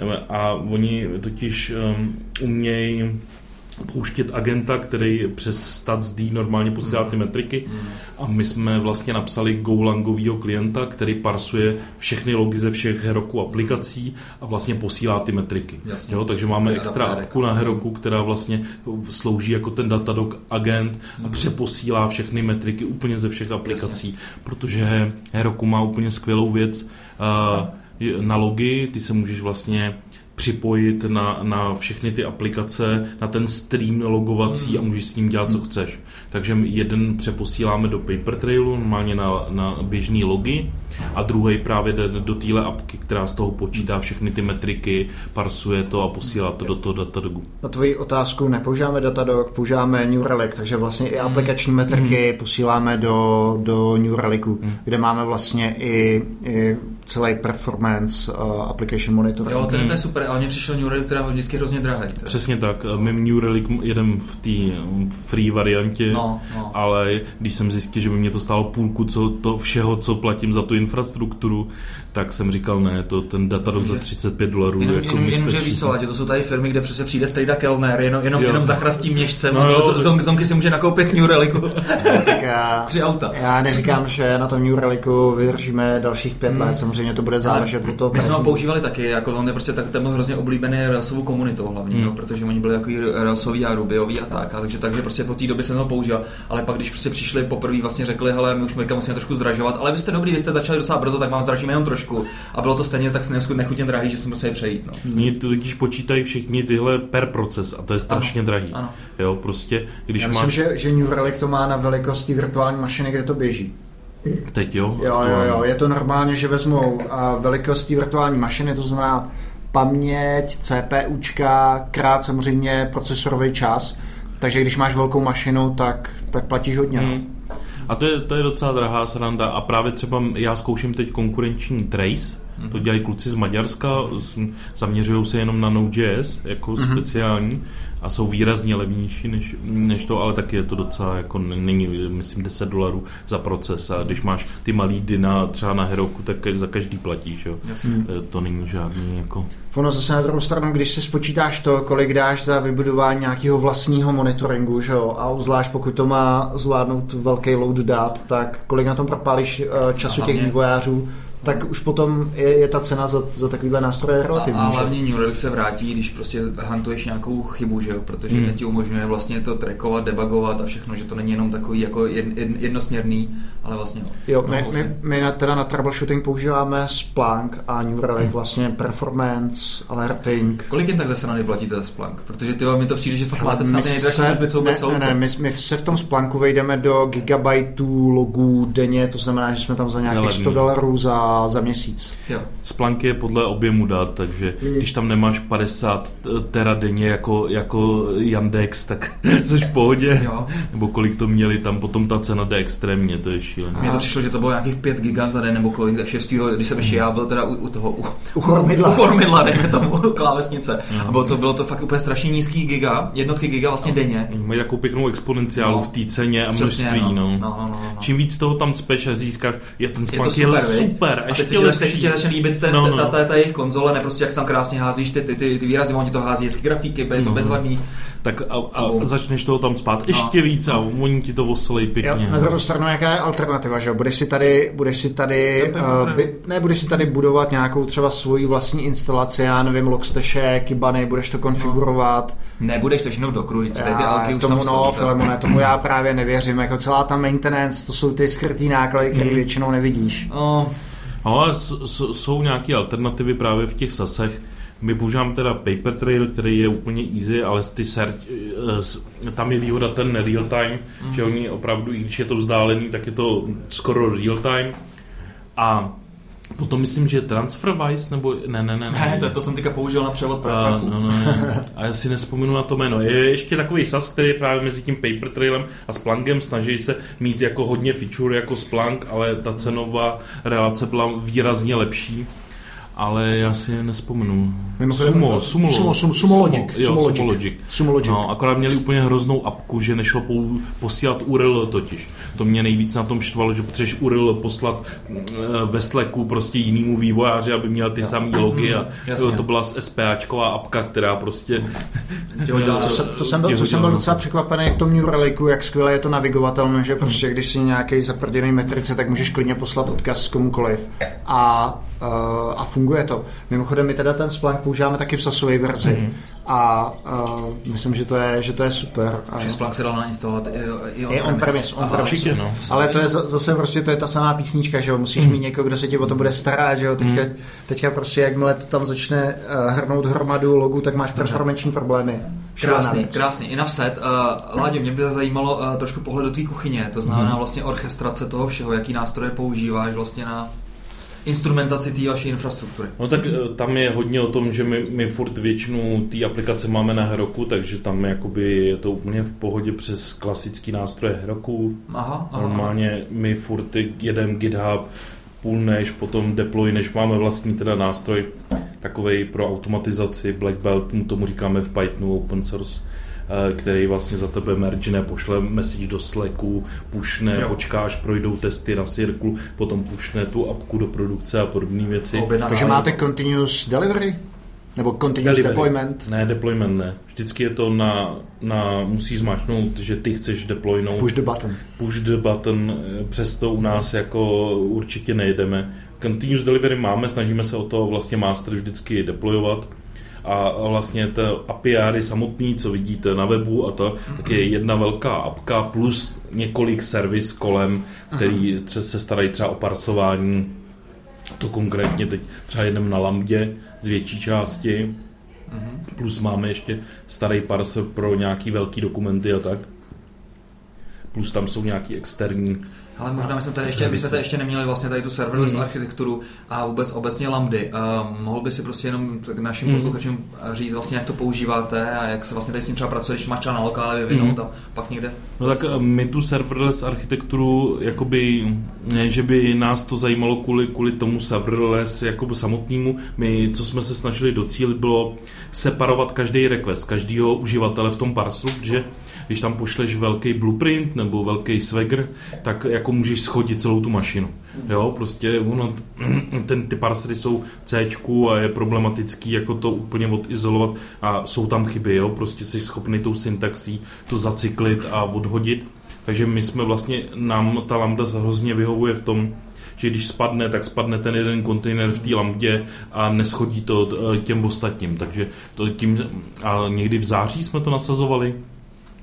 a oni totiž um, umějí pouštět agenta, který přes StatsD normálně posílá ty metriky, mm. a my jsme vlastně napsali Golangovýho klienta, který parsuje všechny logy ze všech Heroku aplikací a vlastně posílá ty metriky. Jo, takže máme extra appku na Heroku, která vlastně slouží jako ten Datadog agent a mm. přeposílá všechny metriky úplně ze všech aplikací, Jasně. protože Heroku má úplně skvělou věc, uh, na logy, ty se můžeš vlastně připojit na, na všechny ty aplikace, na ten stream logovací a můžeš s ním dělat, co chceš. Takže jeden přeposíláme do Papertrailu, normálně na, na běžný logy, a druhý právě jde do téhle apky, která z toho počítá všechny ty metriky, parsuje to a posílá to do toho Datadogu. Na tvoji otázku nepoužíváme Datadog, používáme New Relic, takže vlastně i aplikační metriky mm. posíláme do, do New Relicu, mm. kde máme vlastně i, i celý performance uh, application monitoring. Jo, to je super, ale mně přišel New Relic, která je vždycky hrozně drahý. Přesně tak, my New Relic jedem v té free variantě, no, no. ale když jsem zjistil, že by mě to stálo půlku co, to všeho, co platím za tu infrastrukturu, tak jsem říkal, ne, to ten Datadog za třicet pět dolarů. Jenom, jako jenom, jenom že víš co, to jsou tady firmy, kde přesně přijde strejda Kellner, jenom, jenom, jenom zachrastí měšcem, no, a z, zonky si může nakoupit New Relicu. No, tak já, Tři auta. Já neříkám, že na tom New Relicu vydržíme dalších pět hmm. let, samozřejmě to bude záležet od toho. My jsme ho používali taky, jako on je prostě tak, ten byl hrozně oblíbený Railsovou komunitou hlavně, hmm. no, protože oni byli jako Railsoví a Rubyový a tak, a takže, takže prostě po té době jsem ho používal, ale pak když prostě přišli poprvé vlastně řekli, hele, my už musíme trošku zdražovat, ale vy jste dobrý, vy jste začali docela brzo, tak vám zdražíme jenom trošku. A bylo to stejně tak nechutně drahý, že jsme museli přejít. No. Oni to totiž počítají všichni tyhle per proces a to je strašně ano. drahý. Ano. Jo, prostě, když Já myslím, máš... že, že New Relic to má na velikost té virtuální mašiny, kde to běží. Teď jo? Jo, jo, jo, je to normálně, že vezmou velikost té virtuální mašiny, to znamená paměť, CPUčka, krát samozřejmě procesorový čas, takže když máš velkou mašinu, tak, tak platíš hodně. Hmm. A to je, to je docela drahá sranda a právě třeba já zkouším teď konkurenční Trace, to dělají kluci z Maďarska, zaměřují se jenom na Node.js jako mm-hmm. speciální a jsou výrazně levnější než, než to, ale taky je to docela, jako není, myslím, deset dolarů za proces a když máš ty malý dyna třeba na Heroku, tak za každý platíš, jo. Mm. To, to není žádný, jako... Ono zase na druhou stranu, když si spočítáš to, kolik dáš za vybudování nějakého vlastního monitoringu, že jo, a zvlášť pokud to má zvládnout velký load dat, tak kolik na tom propálíš času těch vývojářů, tak už potom je, je ta cena za, za takovýhle nástroje relativní. A, a hlavně New Relic se vrátí, když prostě hantuješ nějakou chybu, že jo, protože hmm. ten ti umožňuje vlastně to trackovat, debugovat a všechno, že to není jenom takový jako jednosměrný, ale vlastně... Jo, no, my, vlastně. my, my na, teda na troubleshooting používáme Splunk a New Relic, hmm. vlastně performance, alerting. Kolik jen tak ze strany platíte za Splunk? Protože ty mi to přijde, že fakt máte snad nejdražší služby, co vůbec jsou. Ne, ne, my, my se v tom Splunku vejdeme do gigabajtů logů denně, to znamená, že jsme tam za nějakých sto dolarů za za, za měsíc. Jo. Splunk je podle objemu dat, takže mm. když tam nemáš padesát tera denně jako, jako Yandex, tak jsi v pohodě. Jo. Nebo kolik to měli, tam potom ta cena jde extrémně, to je šílené. Mně to přišlo, že to bylo nějakých pět giga za den, nebo kolik, šest, když jsem ještě já byl teda u, u toho, u, u kormidla, u kormidla, dejme tomu, klávesnice. Mm. A bylo to, bylo to fakt úplně strašně nízký giga, jednotky giga vlastně denně. Mají takovou pěknou exponenciálu no. v té ceně a množství. No. No. No, no, no, no. Čím víc toho tam speš a získáš, je ten Splunk je, je super. A teď se ti začne líbit ten, no, no. Ta, ta, ta jejich konzole, ne prostě jak tam krásně házíš ty, ty, ty, ty výrazy, on ti to hází hezky grafiky, je to no. bezvadný. Tak a, a, a začneš toho tam spát ještě no. víc a oni ti to osolej pěkně. Jo, na druhou stranu, jaká je alternativa, že jo? Budeš si tady, budeš si tady, uh, by, ne, budeš si tady budovat nějakou třeba svoji vlastní instalaci, já nevím, Logstaše, Kibany, budeš to konfigurovat. No. Nebudeš to všechno dokrutit, ty alky už tomu, tam no, Filemone, tomu já právě nevěřím, jako celá ta maintenance, to jsou ty skrytý náklady, které hmm. většinou nevidíš. Oh. No, jsou nějaké alternativy právě v těch sasech. My používáme teda Paper Trail, který je úplně easy, ale ty search, tam je výhoda ten real time, mm. že oni opravdu, i když je to vzdálený, tak je to skoro real time. A potom myslím, že TransferWise, nebo ne, ne, ne. Ne, ne to, to jsem teďka použil na převod prachu. No, no, a já si nespomenu na to jméno. Je ještě takový sas, který je právě mezi tím Paper Trailem a Splunkem, snaží se mít jako hodně feature jako Splunk, ale ta cenová relace byla výrazně lepší. Ale já si nespomenu. Sumo, Sumo, Sumo, Sumo, Sumo Logic. Jo, Sumo Logic. Sumo Logic. Sumo Logic. No, akorát měli úplně hroznou apku, že nešlo posílat U R L totiž. To mě nejvíc na tom štvalo, že potřebuješ U R L poslat ve Slacku prostě jinému vývojáři, aby měl ty samé logy a mm, to byla SPAčková apka, která prostě... to, se, to jsem byl, co jsem byl docela překvapený v tom New Relicku, jak skvěle je to navigovatelné, že prostě když si nějaký zaprděný metrice, tak můžeš klidně poslat odkaz komukoliv. A, a funguje to. Mimochodem my teda ten Splunk používáme taky v sasové verzi mm-hmm. a uh, myslím, že to je, že to je super. Že Splunk se dal nainstalovat i on, i on premise. On premise. No. Ale to je zase prostě to je ta samá písnička, že jo, musíš mm. mít někoho, kdo se ti o to bude starat, že jo, teďka, mm. teďka prostě jakmile to tam začne uh, hrnout hromadu logu, tak máš performanční problémy. Krásný, krásný. Enough said. Uh, Láďo, mě by zajímalo uh, trošku pohled do tvý kuchyně, to znamená mm. vlastně orchestrace toho všeho, jaký nástroje používáš vlastně na instrumentaci té vaší infrastruktury. No tak tam je hodně o tom, že my, my furt většinu té aplikace máme na Heroku, takže tam jakoby je to úplně v pohodě přes klasický nástroje Heroku. Aha, aha. Normálně my furt jedeme GitHub, půl než potom deploy, než máme vlastní teda nástroj takovej pro automatizaci Black Belt, mu tomu říkáme v Pythonu open source, který vlastně za tebe merge, pošle message do Slacku, pušne, jo. počkáš, projdou testy na Circle, potom pušne tu apku do produkce a podobné věci. Objedná. Takže máte continuous delivery? Nebo continuous delivery. Deployment? Ne, deployment ne. Vždycky je to na, na musíš zmáčknout, že ty chceš deploynout. Push the button. Push the button, přesto u nás jako určitě nejedeme. Continuous delivery máme, snažíme se o to vlastně master vždycky deployovat. A vlastně ta A P I samotný, co vidíte na webu a to, tak je jedna velká apka plus několik servis kolem, který třeba se starají třeba o parsování. To konkrétně teď třeba jedem na Lambdě z větší části. Plus máme ještě starý parser pro nějaký velký dokumenty a tak. Plus tam jsou nějaký externí. Ale možná my jsme tady ještě, byste tady ještě neměli vlastně tady tu serverless hmm. architekturu a vůbec obecně Lambdy. Uh, mohl by si prostě jenom našim hmm. posluchačům říct vlastně, jak to používáte a jak se vlastně tady s tím třeba pracuje, když máš třeba na lokále vyvinout hmm. a pak někde? No tak my tu serverless architekturu, jakoby, ne, že by nás to zajímalo kvůli, kvůli tomu serverless jakoby samotnému, my, co jsme se snažili docílit, bylo separovat každý request, každého uživatele v tom parsu, že když tam pošleš velký blueprint nebo velký swagger, tak jako můžeš schodit celou tu mašinu. Jo, prostě ono, ten, ty parsery jsou v Cčku a je problematický jako to úplně odizolovat a jsou tam chyby, jo, prostě jsi schopný tou syntaxí to zacyklit a odhodit. Takže my jsme vlastně, nám ta lambda hrozně vyhovuje v tom, že když spadne, tak spadne ten jeden kontejner v té lambdě a neschodí to těm ostatním. Takže to tím, a někdy v září jsme to nasazovali,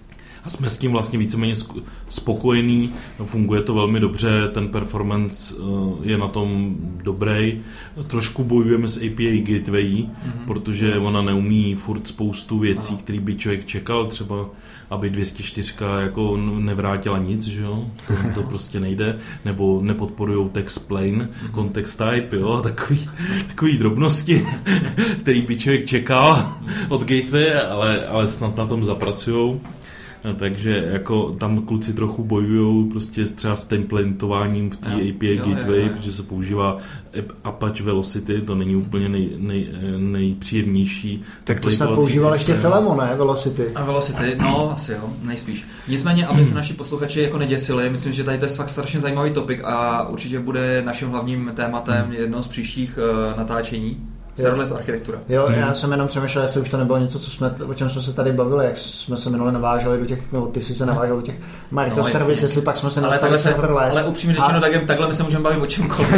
A jsme s tím vlastně víceméně spokojení, funguje to velmi dobře, ten performance je na tom dobrý. Trošku bojujeme s A P I gateway, mm-hmm. protože ona neumí furt spoustu věcí, které by člověk čekal, třeba aby dvě stě čtyři jako nevrátila nic, že jo? To, to prostě nejde, nebo nepodporujou text plain, context type, jo? Takový, takový drobnosti, který by člověk čekal od gateway, ale, ale snad na tom zapracujou. Takže jako tam kluci trochu bojujou prostě třeba s templatováním v té A P I jo, gateway, jo, jo. protože se používá Apache Velocity, to není úplně nej, nej, nejpříjemnější. Tak to snad používal ještě Filemo, ne? Velocity. A Velocity, no asi jo, nejspíš. Nicméně, aby se naši posluchači jako neděsili, myslím, že tady to je fakt strašně zajímavý topik a určitě bude naším hlavním tématem jedno z příštích uh, natáčení. Serverless architektura. Jo, hmm. já jsem jenom přemýšlel, jestli už to nebylo něco, co jsme, o čem jsme se tady bavili, jak jsme se minule naváželi do těch, nebo ty jsi se navážel do těch microservices, no, jestli pak jsme se nastali serverless. Ale upřímně řečeno, tak takhle my se můžeme bavit o čemkoliv.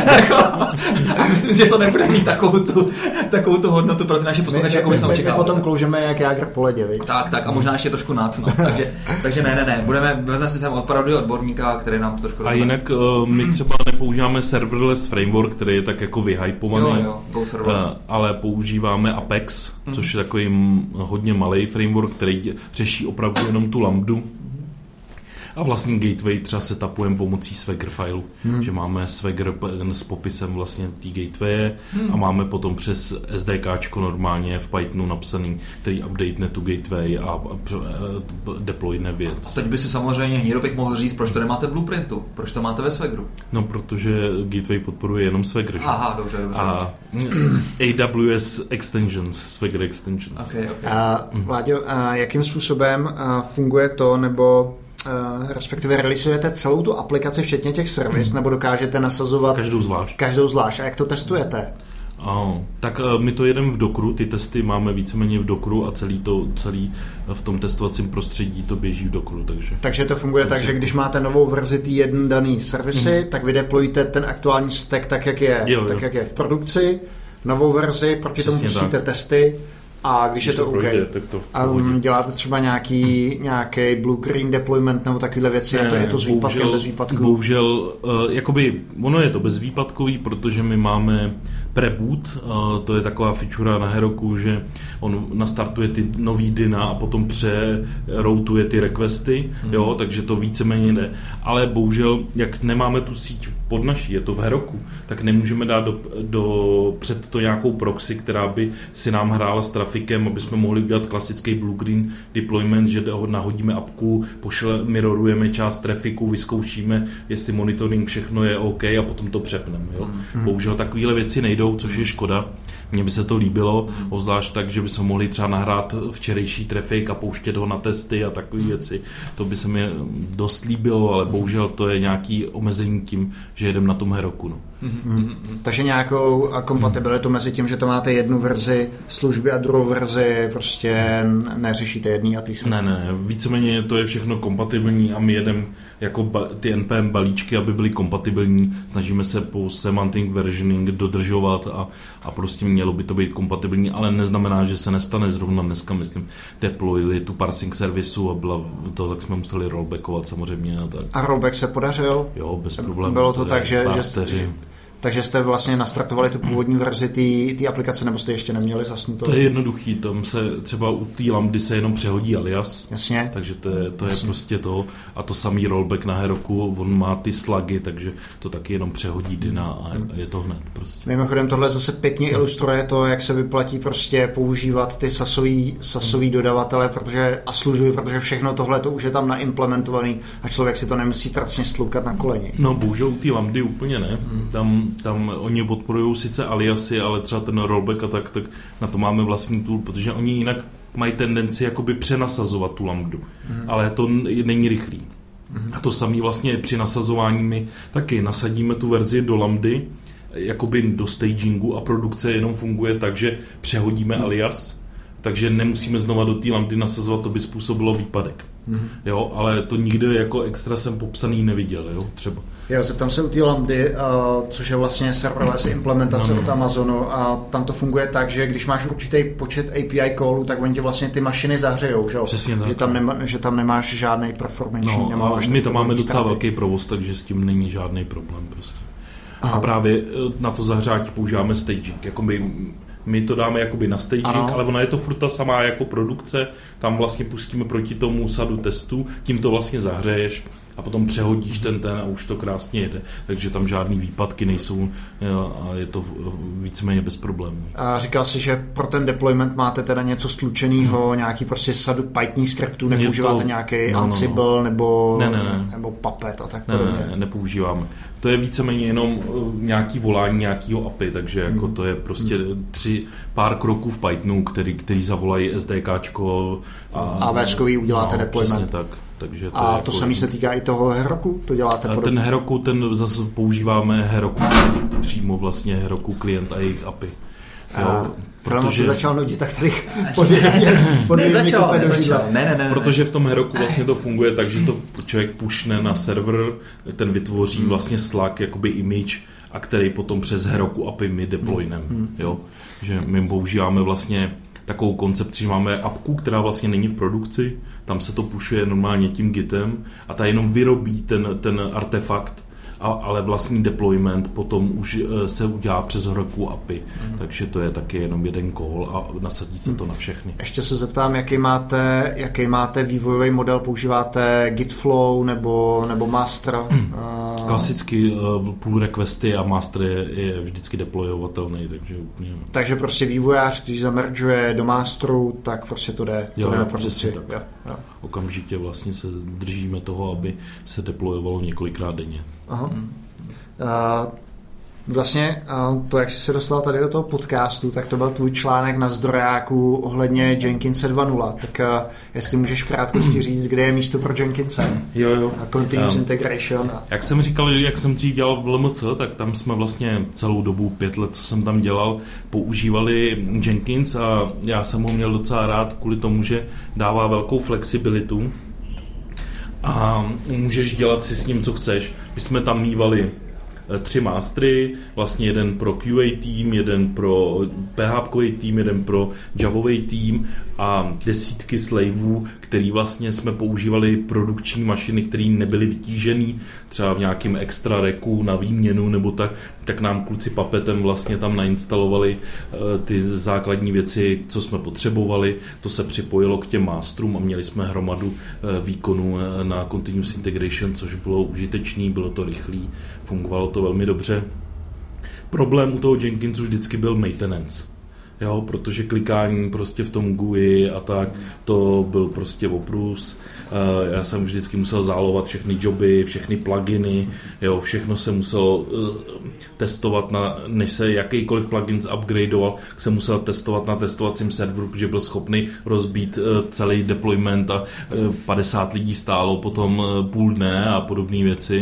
Myslím, že to nebude mít takovou tu, takovou tu hodnotu pro ty naše posluchače, jako bychom očekávali. My potom kloužeme jak jágr po ledě, viď? Tak, tak a možná ještě trošku nad, no. takže, takže ne, ne, ne, budeme, vezme si sem opravdu odborníka, který nám to trošku A jinak uh, my třeba nepoužíváme serverless framework, který je tak jako vyhypovaný. Jo, jo, ale používáme Apex, mm. což je takový hodně malý framework, který řeší opravdu jenom tu lambdu. A vlastní gateway třeba setupujeme pomocí Swagger fileu, hmm. že máme Swagger s popisem vlastně té gateway hmm. a máme potom přes SDKčko normálně v Pythonu napsaný, který updatene tu gateway a deployne věc. A teď by si samozřejmě Hníropek mohl říct, proč to nemáte v blueprintu, proč to máte ve Swaggeru? No, protože gateway podporuje jenom Swagger. Aha, dobře, dobře. A A W S extensions, Swagger extensions. Okay, okay. A, Láďo, a jakým způsobem funguje to, nebo Uh, respektive realizujete celou tu aplikaci, včetně těch servis, mm. nebo dokážete nasazovat každou zvlášť. Každou zvlášť. A jak to testujete? Oh, tak uh, my to jedeme v Dockeru, ty testy máme víceméně v Dockeru a celý to, celý v tom testovacím prostředí to běží v Dockeru. Takže, takže to funguje tak, že když máte novou verzi té jeden daný servisy, mm. tak vy deployujete ten aktuální stack tak, jak je, jo, tak, jo. jak je v produkci, novou verzi, proti Přesně tomu pustíte testy. A když, když je to, to projde, OK. Tak to a děláte třeba nějaký, hmm. nějaký blue-green deployment nebo takovéhle věci, ne, je to, je to s výpadkem, bohužel, bez výpadku? Bohužel, uh, jakoby, ono je to bezvýpadkový, protože my máme preboot, uh, to je taková feature na Heroku, že on nastartuje ty nový dyna a potom přeroutuje ty requesty, hmm. jo, takže to víceméně jde. Ale bohužel, jak nemáme tu síť pod naší, je to v Heroku, tak nemůžeme dát do, do, před to nějakou proxy, která by si nám hrála s trafikem, aby jsme mohli udělat klasický blue-green deployment, že nahodíme apku, pošle, mirorujeme část trafiku, vyzkoušíme, jestli monitoring všechno je OK a potom to přepneme. Jo? Hmm. Bohužel takovéhle věci nejdou, což je škoda. Mně by se to líbilo, hmm. obzvlášť tak, že bychom mohli třeba nahrát včerejší trafik a pouštět ho na testy a takové věci. To by se mi dost líbilo, ale bohužel to je nějaký omezení tím, že jedem na tom Heroku. No. Hmm. Takže nějakou kompatibilitu hmm. mezi tím, že to máte jednu verzi služby a druhou verzi prostě neřešíte jedný a ty jsou. Ne, ne, víceméně to je všechno kompatibilní a my jedeme jako ba- ty N P M balíčky, aby byly kompatibilní. Snažíme se po semantic versioning dodržovat a, a prostě mělo by to být kompatibilní, ale neznamená, že se nestane zrovna dneska, myslím, deployili tu parsing servisu a byla to, tak jsme museli rollbackovat samozřejmě. A, tak. A rollback se podařil? Jo, bez problémů. Bylo to, to tak, že, že takže jste vlastně nastartovali tu původní verzi té aplikace, nebo jste ještě neměli zasnutou? To je jednoduchý, tam se třeba u té lambdy se jenom přehodí alias. Jasně. Takže to je, to je prostě to. A to samý rollback na Heroku, on má ty slugy, takže to taky jenom přehodí dyna a je to hned prostě. Mimochodem tohle zase pěkně ilustruje to, jak se vyplatí prostě používat ty sasový, sasový dodavatele protože, a služby, protože všechno tohle to už je tam naimplementovaný a člověk si to nemusí pracně stloukat na koleni. No bohužel u té lambdy úplně ne. Tam Tam oni podporují sice aliasy, ale třeba ten rollback a tak, tak na to máme vlastní tool, protože oni jinak mají tendenci jakoby přenasazovat tu lambdu, mm. ale to není rychlý. Mm. A to samé vlastně při nasazování my taky nasadíme tu verzi do lambdy, jakoby do stagingu a produkce jenom funguje tak, že přehodíme mm. alias, takže nemusíme znova do té lambdy nasazovat, to by způsobilo výpadek. Mm-hmm. Jo, ale to nikdy jako extra jsem popsaný neviděl, jo, třeba. Já zeptám se u té Lambdy, uh, což je vlastně serverless implementace no, no. od Amazonu a tam to funguje tak, že když máš určitý počet A P I callů, tak oni ti vlastně ty mašiny zahřejou, že, Přesně že, tam, nema, že tam nemáš žádný performance. No, a my tam máme docela velký provoz, takže s tím není žádný problém prostě. Aha. A právě na to zahřátí používáme staging, jakoby my to dáme jakoby na staging, ano. ale ona je to furt ta samá jako produkce, tam vlastně pustíme proti tomu sadu testů, tím to vlastně zahřeješ a potom přehodíš ten ten a už to krásně jede, takže tam žádný výpadky nejsou a je to víceméně bez problémů. A říkal jsi, že pro ten deployment máte teda něco stlučenýho, hmm. nějaký prostě sadu Python skriptů, nepoužíváte to... nějaký no, Ansible no, no. nebo, ne, ne, ne. nebo Puppet a tak ne, podobně? Ne, ne, nepoužíváme. To je víceméně jenom nějaký volání nějakého A P I, takže jako hmm. to je prostě hmm. tři pár kroků v Pythonu, který, který zavolají SDKčko a, a VSkový uděláte no, deployment. Přesně tak. Takže to a jako to samé se týká i toho Heroku? To děláte podobně? Ten Heroku, ten zase používáme Heroku, přímo vlastně Heroku klient a jejich A P I. Jo, protože se začal nudit, tak tady podle začal, nezačal. Ne, ne, ne, protože v tom Heroku vlastně to funguje tak, že to člověk pušne na server, ten vytvoří vlastně Slack, jakoby image, a který potom přes Heroku A P I my deploynem. Hmm. Jo? Že my používáme vlastně takovou koncepci, že máme apku, která vlastně není v produkci, tam se to pušuje normálně tím gitem a ta jenom vyrobí ten, ten artefakt, a, ale vlastní deployment potom už se udělá přes Heroku A P I, mm. takže to je taky jenom jeden call a nasadí se to na všechny. Ještě se zeptám, jaký máte, jaký máte vývojový model, používáte Gitflow nebo, nebo Master? Mm. Uh... Klasicky uh, pull requesty a Master je, je vždycky deployovatelný, takže úplně... Takže prostě vývojář, když zamerguje do Masteru, tak prostě to jde. Jo, to jo přesně tak. Jo, jo. Okamžitě vlastně se držíme toho, aby se deployovalo několikrát denně. Aha. Hmm. Uh, vlastně uh, to, jak jsi se dostal tady do toho podcastu, tak to byl tvůj článek na Zdrojáku ohledně Jenkinse dva tečka nula. Tak uh, jestli můžeš v krátkosti říct, kde je místo pro Jenkinse? Jo, jo. A Continuous um, Integration. A... Jak jsem říkal, jak jsem dřív dělal v L M C, tak tam jsme vlastně celou dobu, pět let, co jsem tam dělal, používali Jenkins a já jsem ho měl docela rád kvůli tomu, že dává velkou flexibilitu a můžeš dělat si s ním, co chceš. My jsme tam mívali tři mastery, vlastně jeden pro Q A tým, jeden pro P H P tým, jeden pro Javový tým a desítky slaveů, který vlastně jsme používali produkční mašiny, které nebyly vytížený, třeba v nějakém extra reku na výměnu nebo tak, tak nám kluci Puppetem vlastně tam nainstalovali uh, ty základní věci, co jsme potřebovali, to se připojilo k těm masterům a měli jsme hromadu uh, výkonů na Continuous Integration, což bylo užitečný, bylo to rychlý, fungovalo to velmi dobře. Problém u toho Jenkinsu vždycky byl maintenance. Jo, protože klikání prostě v tom G U I a tak, to byl prostě oprus. Já jsem vždycky musel zálovat všechny joby, všechny pluginy, jo, všechno se muselo testovat, na, než se jakýkoliv plugin upgradeoval, se musel testovat na testovacím serveru, protože byl schopný rozbít celý deployment a padesát lidí stálo potom půl dne a podobné věci.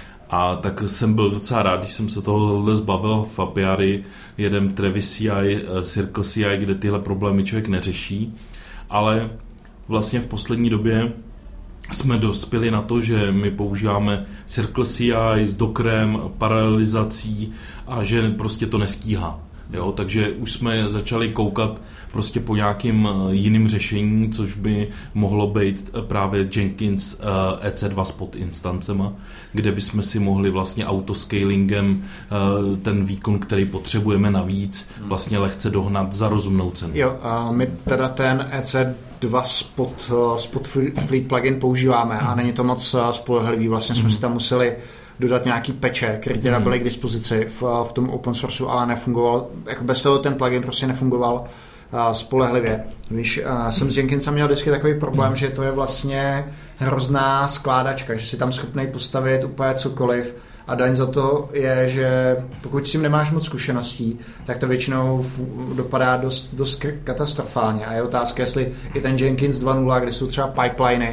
A tak jsem byl docela rád, když jsem se tohohle zbavil v Apiary, jedem Travis C I, Circle C I, kde tyhle problémy člověk neřeší, ale vlastně v poslední době jsme dospěli na to, že my používáme Circle C I s Dockerem, paralelizací a že prostě to nestíhá. Jo, takže už jsme začali koukat prostě po nějakým jiným řešení, což by mohlo být právě Jenkins E C dva spot instancema, kde bychom si mohli vlastně autoscalingem ten výkon, který potřebujeme navíc, vlastně lehce dohnat za rozumnou cenu. Jo, a my teda ten E C dva spot, spot fleet plugin používáme a není to moc spolehlivý, vlastně jsme si tam museli dodat nějaký peče, které teda byly k dispozici v, v tom open sourceu, ale nefungoval, jako bez toho ten plugin prostě nefungoval uh, spolehlivě. Víš, uh, jsem s Jenkinsem měl vždycky takový problém, že to je vlastně hrozná skládačka, že si tam schopnej postavit úplně cokoliv a daň za to je, že pokud s tím nemáš moc zkušeností, tak to většinou dopadá dost, dost katastrofálně a je otázka, jestli i ten Jenkins dva tečka nula, kde jsou třeba pipeliny,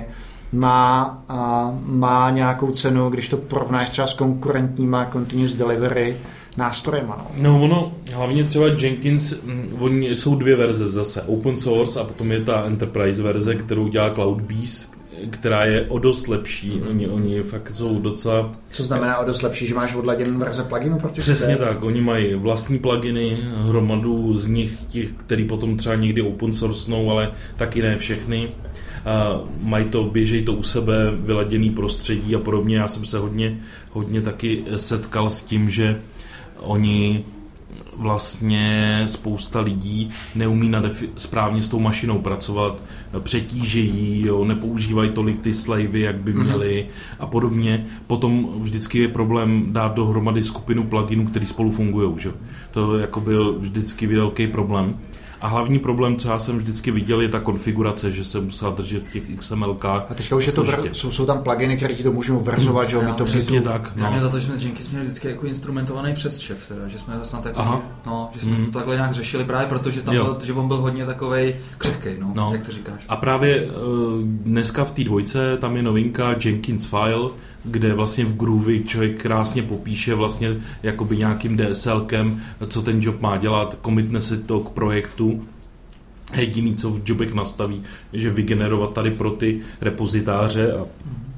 má, a, má nějakou cenu, když to porovnáš třeba s konkurentníma continuous delivery nástrojema. No, no ono, hlavně třeba Jenkins, oni jsou dvě verze zase, open source a potom je ta enterprise verze, kterou dělá CloudBees, která je o dost lepší. Mm. Oni, oni fakt jsou docela... Co znamená o dost lepší, že máš odladěnou verze pluginu proti Přesně tak, oni mají vlastní pluginy, hromadu z nich, těch, který potom třeba někdy open sourcenou, ale taky ne všechny. Uh, mají to, běžejí to u sebe, vyladěný prostředí a podobně. Já jsem se hodně, hodně taky setkal s tím, že oni vlastně spousta lidí neumí nadefi- správně s tou mašinou pracovat, přetížejí, jo, nepoužívají tolik ty slavy, jak by měli a podobně. Potom vždycky je problém dát dohromady skupinu pluginů, který spolu fungují. Že? To jako byl vždycky velký problém. A hlavní problém, co já jsem vždycky viděl, je ta konfigurace, že se musela držet v těch X M L kách. A teďka už je to vr- jsou, jsou tam pluginy, které ti to můžou verzovat, že jo? To přesně tak. No. Já mě za to, že jsme Jenkins měli vždycky jako instrumentovaný přes šef, teda, že jsme snad takový, no, že jsme mm. to takhle nějak řešili právě protože tam byl, že on byl hodně takovej křehkej, no, no, jak to říkáš. A právě dneska v té dvojce tam je novinka Jenkins File, kde vlastně v Groovy člověk krásně popíše vlastně jakoby nějakým DSLkem, co ten job má dělat, commitne se to k projektu. Jediný, co v jobech nastaví, že vygenerovat tady pro ty repozitáře a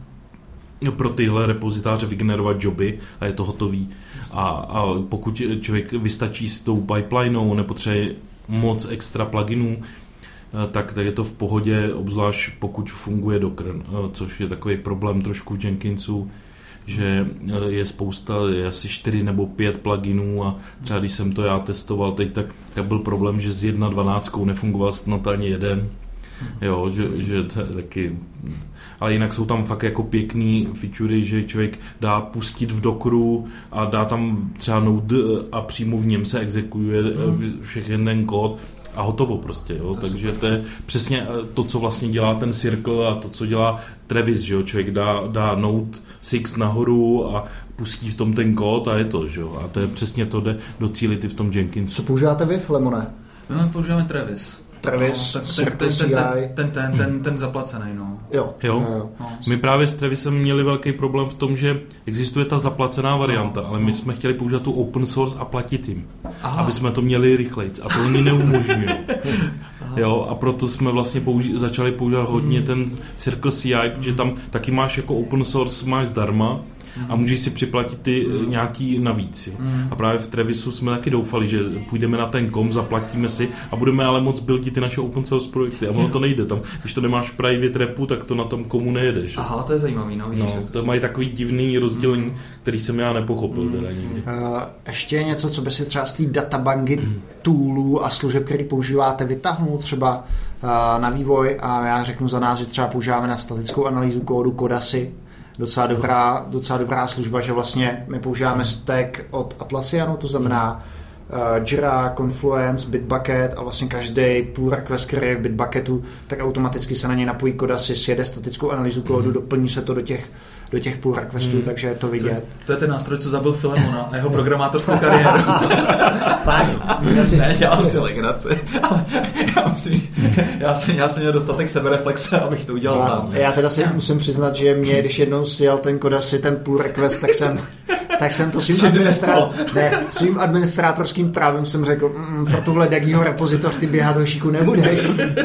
pro tyhle repozitáře vygenerovat joby a je to hotový. A, a pokud člověk vystačí s tou pipelineou, nepotřebuje moc extra pluginů, tak, tak je to v pohodě, obzvlášť pokud funguje Docker, což je takový problém trošku v Jenkinsu, že je spousta, je asi čtyři nebo pět pluginů a třeba když jsem to já testoval teď, tak, tak byl problém, že s jedna dvanáctkou nefungoval snad ani jeden. Jo, že, že to je taky... Ale jinak jsou tam fakt jako pěkný featurey, že člověk dá pustit v Dockeru a dá tam třeba node a přímo v něm se exekuje všechny ten kód a hotovo prostě, jo. To takže super. To je přesně to, co vlastně dělá ten Circle a to, co dělá Travis, že jo. Člověk dá, dá Node šest nahoru a pustí v tom ten kód a je to, že jo. A to je přesně to, jde docílit i v tom Jenkinsu. Co používáte vy, Lemone? My používáme Travis. Travis, no, ten, ten, ten, ten, ten, ten, ten zaplacený, no. Jo. jo. jo. No. My právě s Travisem měli velký problém v tom, že existuje ta zaplacená varianta, no. ale my jsme chtěli použít tu open source a platit jim, Aha. aby jsme to měli rychlejc. A to oni neumožňují. Jo, a proto jsme vlastně použi- začali používat hodně ten Circle C I, protože tam taky máš jako open source, máš zdarma, a můžeš si připlatit ty nějaký navíc. A právě v Travisu jsme taky doufali, že půjdeme na ten kom, zaplatíme si a budeme ale moc buildit ty naše open source projekty. A ono to nejde. Tam, když to nemáš v private repu, tak to na tom komu nejede. Že? Aha, to je zajímavý. No, no, to mají takový divný rozdělení, který jsem já nepochopil. Mm. Teda nikdy. Uh, ještě něco, co by si třeba z té databanky mm. toolů a služeb, který používáte, vytáhnout třeba uh, na vývoj a já řeknu za nás, že třeba používáme na statickou analýzu kódu Codasy. Docela dobrá, docela dobrá služba, že vlastně my používáme stack od Atlassianu, to znamená uh, Jira, Confluence, Bitbucket a vlastně každý pull request, který je v Bitbucketu, tak automaticky se na něj napojí Codasy, sjede statickou analýzu kódu, doplní se to do těch do těch pull requestů, hmm. takže je to vidět. To, to je ten nástroj, co zabil Filemona a jeho programátorskou kariéru. Fajn. Ne, dělám si legraci. Ale já, myslím, já, jsem, já jsem měl dostatek sebereflexe, abych to udělal no, sám. Já teda si musím přiznat, že mě, když jednou sjel ten Codasy, ten pull request, tak jsem tak jsem to svým, administrá... ne, svým administrátorským právem jsem řekl, mm, pro tuhle Daggyho repozitoř ty běhat do šíku nebudeš.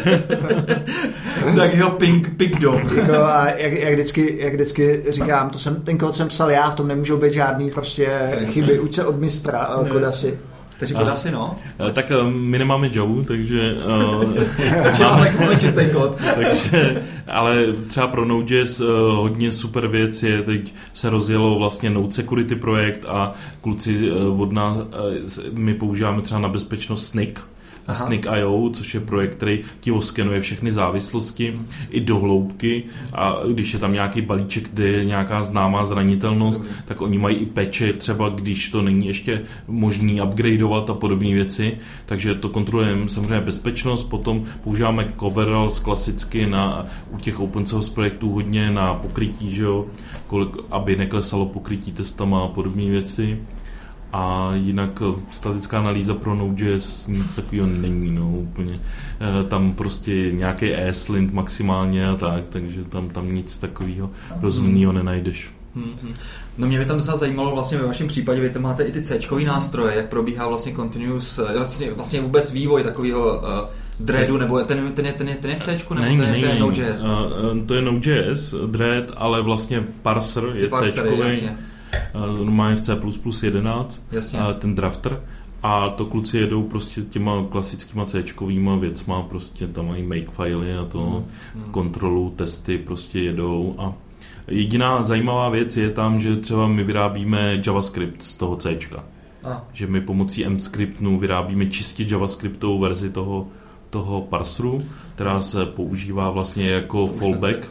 Daggyho ping, ping dom. Jako, a jak, jak, vždycky, jak vždycky říkám, to jsem, ten kód jsem psal já, v tom nemůžou být žádný prostě chyby, uč se od mistra Codasy. Takže Codasy, no. Tak my nemáme Java, takže... takže máme, máme čistý kód. takže, ale třeba pro Node.js hodně super věc je, teď se rozjelo vlastně Node Security projekt a kluci od nás, my používáme třeba na bezpečnost S N C. A Snyk tečka i o, což je projekt, který ti oskenuje všechny závislosti i do hloubky a když je tam nějaký balíček, kde je nějaká známá zranitelnost, Dobře. tak oni mají i patche, třeba když to není ještě možný upgradeovat a podobné věci, takže to kontrolujeme samozřejmě bezpečnost, potom používáme Coveralls klasicky na, u těch open source projektů hodně na pokrytí, že jo, kolik, aby neklesalo pokrytí testama a podobné věci. A jinak statická analýza pro Node.js nic takového není, no, úplně. E, tam prostě nějaký E S lint maximálně a tak, takže tam, tam nic takového rozumného nenajdeš. Hmm. No mě by tam docela zajímalo vlastně ve vašem případě, vy tam máte i ty C-čkový nástroje, jak probíhá vlastně continuous, vlastně, vlastně vůbec vývoj takového uh, Dreadu, nebo ten, ten, je, ten, je, ten je v Cčku, nebo není, ten, není, ten je není. Node.js? Uh, to je Node.js, Dread, ale vlastně parser Ty je Cčkový. Uh, normálně v C plus plus jedenáct, jasně. Uh, ten drafter. A to kluci jedou prostě těma klasickýma C-čkovýma věcma, prostě tam mají makefily a to, mm, mm. kontrolu, testy prostě jedou a jediná zajímavá věc je tam, že třeba my vyrábíme JavaScript z toho Cčka. Ah. Že my pomocí mScriptu vyrábíme čistě JavaScriptovou verzi toho, toho parseru, která se používá vlastně jako fallback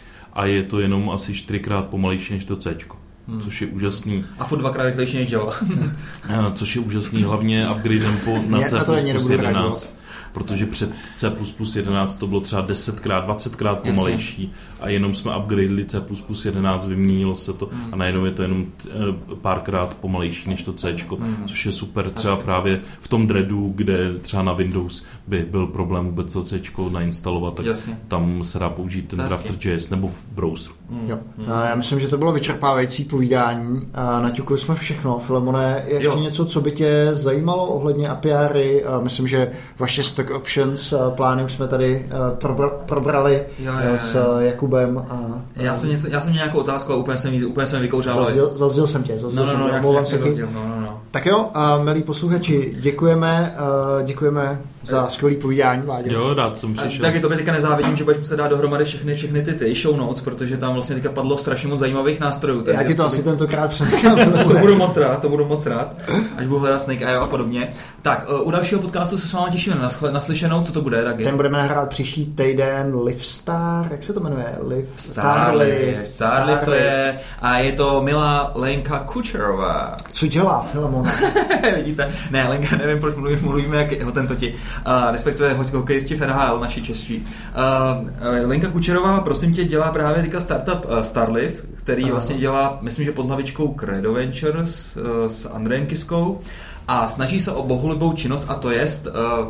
a je to jenom asi čtyřikrát pomalejší než to Cčko. Hmm. Což je úžasný. A furt dvakrát rychlejší než Java. Což je úžasný, hlavně upgradem po, na C plus plus jedenáct. Protože před C plus plus jedenáct to bylo třeba desetkrát, dvacetkrát pomalejší a jenom jsme upgradeli C plus plus jedenáct, vyměnilo se to hmm. a najednou je to jenom párkrát pomalejší než to Cčko, hmm. což je super třeba Ažky. Právě v tom Dreadu, kde třeba na Windows by byl problém vůbec to Cčko nainstalovat, tak Jasně. tam se dá použít ten drafter.js nebo v browseru. Hmm. Jo. Já myslím, že to bylo vyčerpávající povídání a naťukli jsme všechno. Filemone, ještě jo. něco, co by tě zajímalo ohledně A P I? Myslím, že vaše stock options plány už jsme tady probra- probrali jo, jo, jo. s Jakubem. A, já, jsem něco, já jsem měl nějakou otázku a úplně jsem, úplně jsem vykouřával. Zazděl, zazděl jsem tě, zazděl no, no, jsem no, tě, zazděl, no, no, no. Tak jo, a milí posluchači, děkujeme, děkujeme za skvělý povídání, Vláďo. Jo, rád jsem přišel. Taky to by teďka nezávidím, že budeš muset dát dohromady všechny, všechny ty, ty show notes, protože tam vlastně teďka padlo strašně moc zajímavých nástrojů. Já ti to asi by... tentokrát předám. To budu moc rád, to budu moc rád, až budu hledat Snake a jo a podobně. Tak, u dalšího podcastu se s vámi těšíme na naslyšenou, co to bude, Dagi? Ten budeme nahrát příští týden Livestar, jak se to jmenuje? Liv... Starlift, Starlift to je, a je to milá Lenka Kučerová. Co dělá, Filemone? Vidíte? Ne, Lenka, nevím, proč mluvíme, mluvíme jak hotentoti, uh, respektive hokejisti v N H L, naši čeští. Uh, Lenka Kučerová, prosím tě, dělá právě teďka startup uh, Starlift, který Aha. vlastně dělá, myslím, že pod hlavičkou Credo Ventures uh, s Andrejem Kiskou a snaží se o bohulibou činnost a to jest uh,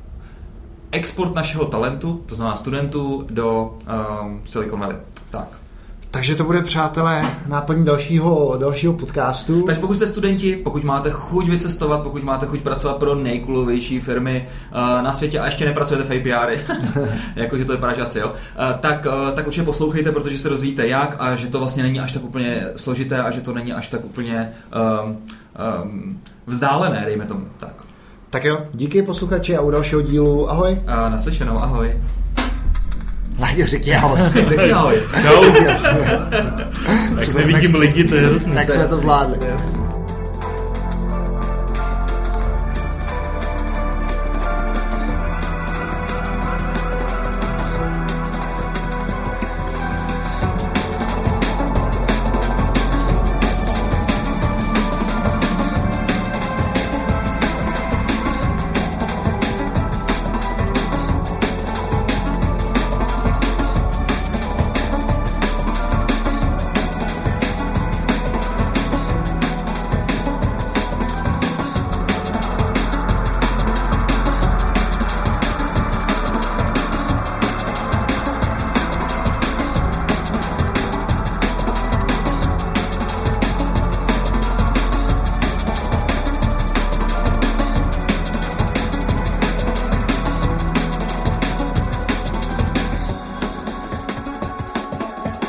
export našeho talentu, to znamená studentů, do um, Silicon Valley. Tak. Takže to bude, přátelé, náplní dalšího, dalšího podcastu. Takže pokud jste studenti, pokud máte chuť vycestovat, pokud máte chuť pracovat pro nejkulovější firmy uh, na světě a ještě nepracujete v A P I, jakože to vypadá, že asi jo, uh, tak, uh, tak určitě poslouchejte, protože se dozvíte jak a že to vlastně není až tak úplně složité a že to není až tak úplně um, um, vzdálené, dejme tomu. Tak. Tak jo, díky posluchači a u dalšího dílu ahoj. A naslyšenou, ahoj. Láďo, řekni ahoj. Řekni ahoj. Tak nevidím lidi, to je hrozný. Tak jsme to zvládli.